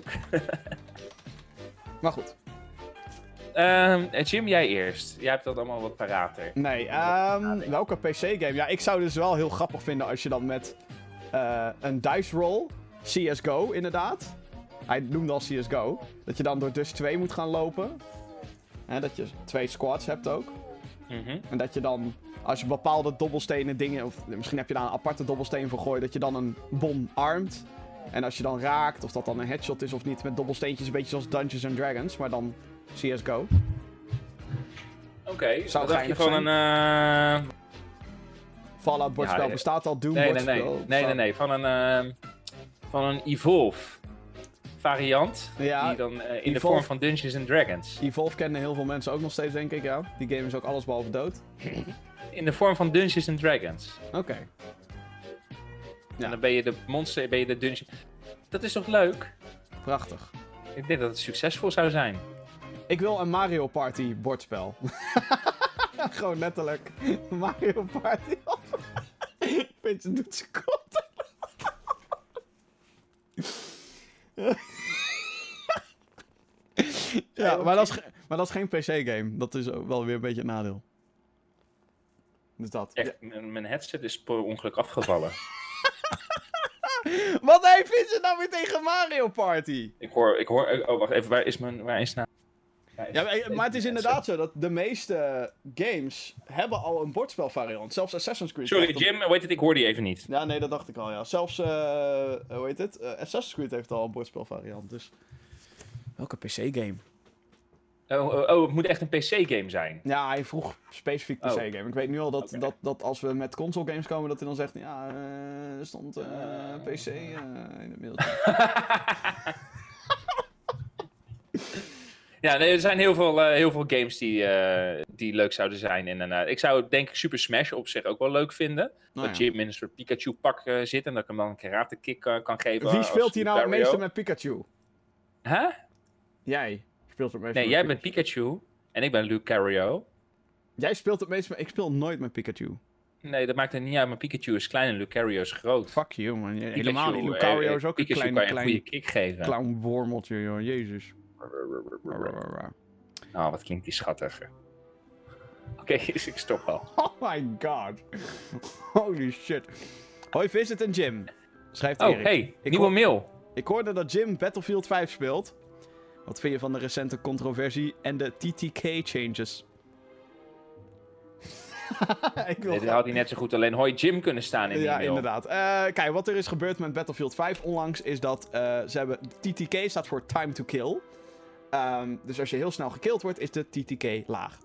S1: Maar goed.
S2: Jim, jij eerst. Jij hebt dat allemaal wat parater.
S1: Nee, welke PC-game? Ja, ik zou dus wel heel grappig vinden als je dan met een dice roll, CSGO inderdaad. Hij noemde al CSGO. Dat je dan door dus 2 moet gaan lopen. Dat je 2 squads hebt ook.
S2: Mhm.
S1: En dat je dan, als je bepaalde dobbelstenen dingen, of misschien heb je daar een aparte dobbelsteen voor gooien, dat je dan een bom armt. En als je dan raakt, of dat dan een headshot is of niet, met dobbelsteentjes, een beetje zoals Dungeons and Dragons, maar dan CSGO.
S2: Oké,
S1: Zou
S2: wat dacht je
S1: geinig
S2: van
S1: zijn.
S2: een...
S1: Fallout bordspel
S2: Ja,
S1: bestaat al, Doom
S2: Nee,
S1: bordspel.
S2: nee. Van een Evolve variant.
S1: Ja,
S2: die dan in de
S1: Evolve.
S2: vorm van Dungeons and Dragons.
S1: Evolve kennen heel veel mensen ook nog steeds, denk ik, ja. Die game is ook allesbehalve dood.
S2: In de vorm van Dungeons and Dragons.
S1: Oké. Ja.
S2: En dan ben je de monster, ben je de dungeon... Dat is toch leuk?
S1: Prachtig.
S2: Ik denk dat het succesvol zou zijn.
S1: Ik wil een Mario Party bordspel. Gewoon letterlijk. Mario Party. Beetje doet ze kont. Ja, maar Maar dat is geen PC-game. Dat is ook wel weer een beetje een nadeel. Dus dat.
S2: Echt, mijn headset is per ongeluk afgevallen.
S1: Wat heeft Vincent nou weer tegen Mario Party?
S2: Ik hoor... Oh, wacht even. Waar is nou...
S1: Ja, maar het is inderdaad zo dat de meeste games hebben al een bordspelvariant. Zelfs Assassin's Creed.
S2: Sorry Jim, weet het, ik hoor die even niet.
S1: Ja, nee, dat dacht ik al, ja. Zelfs, Assassin's Creed heeft al een bordspelvariant, dus... Welke PC-game?
S2: Oh, het moet echt een PC-game zijn.
S1: Ja, hij vroeg specifiek PC-game. Ik weet nu al dat als we met console-games komen, dat hij dan zegt... Ja, er stond PC in het middelpunt.
S2: Ja, nee, er zijn heel veel games die leuk zouden zijn. En ik zou denk ik Super Smash op zich ook wel leuk vinden. Dat Jim in een soort Pikachu-pak zit en dat ik hem dan een karate-kick kan geven.
S1: Wie speelt hier nou het meeste met Pikachu?
S2: Huh?
S1: Jij speelt het meeste
S2: Nee, jij bent Pikachu en ik ben Lucario.
S1: Jij speelt het meeste met... Ik speel nooit met Pikachu.
S2: Nee, dat maakt er niet uit, maar Pikachu is klein en Lucario is groot.
S1: Fuck you, man. Helemaal niet. Lucario is ook
S2: Pikachu
S1: een
S2: kan je een goede kick geven.
S1: Klein wormeltje, joh. Jezus.
S2: Oh, wat klinkt die schattig. Oké, ik stop al.
S1: Oh my god. Holy shit. Hoi Vincent en Jim. Schrijft Erik.
S2: Oh, hey, nieuwe mail.
S1: Ik hoorde dat Jim Battlefield 5 speelt. Wat vind je van de recente controversie en de TTK-changes?
S2: Nee, dat had hij net zo goed alleen Hoi Jim kunnen staan in die mail.
S1: Ja, inderdaad. Kijk, wat er is gebeurd met Battlefield 5 onlangs is dat ze hebben... TTK staat voor Time to Kill. Dus als je heel snel gekilld wordt, is de TTK laag.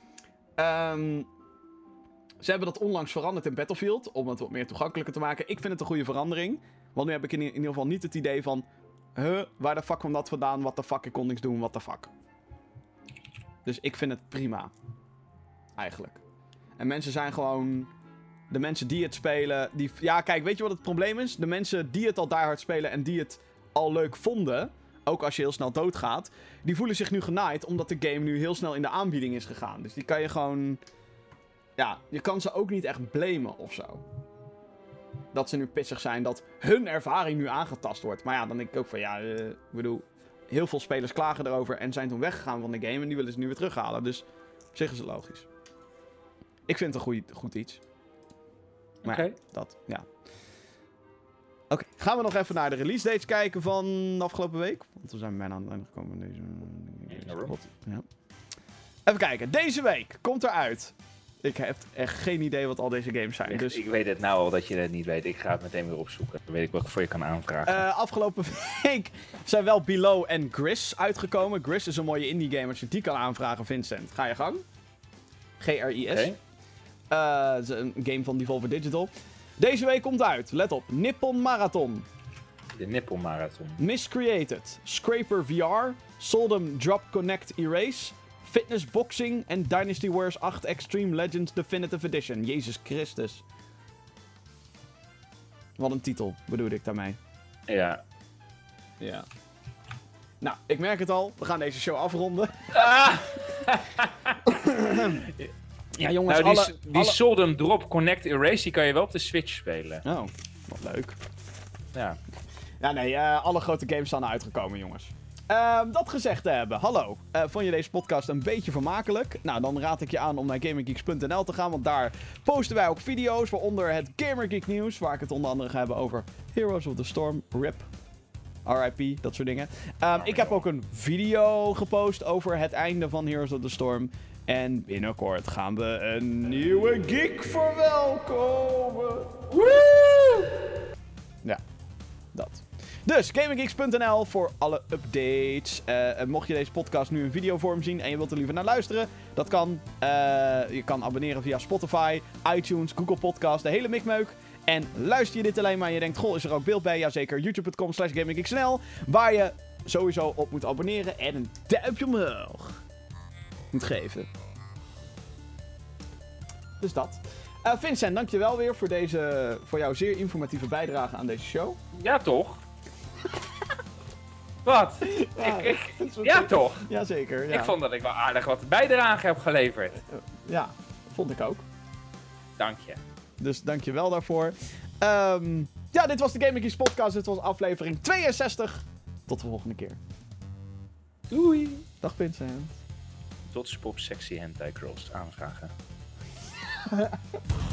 S1: Ze hebben dat onlangs veranderd in Battlefield, om het wat meer toegankelijker te maken. Ik vind het een goede verandering. Want nu heb ik in ieder geval niet het idee van... waar de fuck kwam dat vandaan? What the fuck? Ik kon niks doen, what the fuck? Dus ik vind het prima. Eigenlijk. En mensen zijn gewoon... De mensen die het spelen... Ja, kijk, weet je wat het probleem is? De mensen die het al diehard spelen en die het al leuk vonden... Ook als je heel snel doodgaat... Die voelen zich nu genaaid omdat de game nu heel snel in de aanbieding is gegaan. Dus die kan je gewoon... Ja, je kan ze ook niet echt blamen of zo. Dat ze nu pissig zijn dat hun ervaring nu aangetast wordt. Maar ja, dan denk ik ook van ja, ik bedoel... Heel veel spelers klagen erover en zijn toen weggegaan van de game. En die willen ze nu weer terughalen. Dus op zich is het logisch. Ik vind het een goed iets. Maar ja, dat, ja. Oké, gaan we nog even naar de release dates kijken van de afgelopen week. Want we zijn bijna aan het einde gekomen van deze spot. Ja. Even kijken, deze week komt eruit. Ik heb echt geen idee wat al deze games zijn. Dus...
S2: Ik weet het nou al dat je het niet weet. Ik ga het meteen weer opzoeken. Dan weet ik wat ik voor je kan aanvragen.
S1: Afgelopen week zijn wel Below en Gris uitgekomen. Gris is een mooie indie game. Als je die kan aanvragen, Vincent, ga je gang. GRIS. Een game van Devolver Digital. Deze week komt uit, let op, Nippon Marathon.
S2: De Nippon Marathon.
S1: Miscreated, Scraper VR, Soldum Drop Connect Erase, Fitness Boxing en Dynasty Warriors 8 Extreme Legends Definitive Edition. Jezus Christus. Wat een titel, bedoelde ik daarmee.
S2: Ja.
S1: Ja. Nou, ik merk het al, we gaan deze show afronden. Ja, jongens,
S2: nou, die Soldum Drop Connect Erase, die kan je wel op de Switch spelen.
S1: Oh, wat leuk.
S2: Ja.
S1: Ja, nee, alle grote games staan uitgekomen, jongens. Dat gezegd te hebben, hallo. Vond je deze podcast een beetje vermakelijk? Nou, dan raad ik je aan om naar gamergeeks.nl te gaan, want daar posten wij ook video's, waaronder het Gamergeek nieuws, waar ik het onder andere ga hebben over Heroes of the Storm, RIP, RIP, dat soort dingen. Ik heb ook een video gepost over het einde van Heroes of the Storm. En binnenkort gaan we een nieuwe geek verwelkomen. Woe! Ja, dat. Dus, GamingGeeks.nl voor alle updates. Mocht je deze podcast nu in videovorm zien en je wilt er liever naar luisteren, dat kan. Je kan abonneren via Spotify, iTunes, Google Podcast, de hele mikmeuk. En luister je dit alleen maar en je denkt, goh, is er ook beeld bij? Jazeker, youtube.com/GamingGeeksNL, waar je sowieso op moet abonneren en een duimpje omhoog moet geven. Dus dat. Vincent, dankjewel weer voor jouw zeer informatieve bijdrage aan deze show.
S2: Ja, toch? Wat? Ja, toch?
S1: Jazeker. Ja.
S2: Ik vond dat ik wel aardig wat bijdrage heb geleverd.
S1: Ja, vond ik ook.
S2: Dank je.
S1: Dus dankjewel daarvoor. Ja, dit was de Gaming Geeks podcast. Dit was aflevering 62. Tot de volgende keer.
S2: Doei.
S1: Dag Vincent.
S2: Dodgepop Sexy Hentai Girls aanvragen.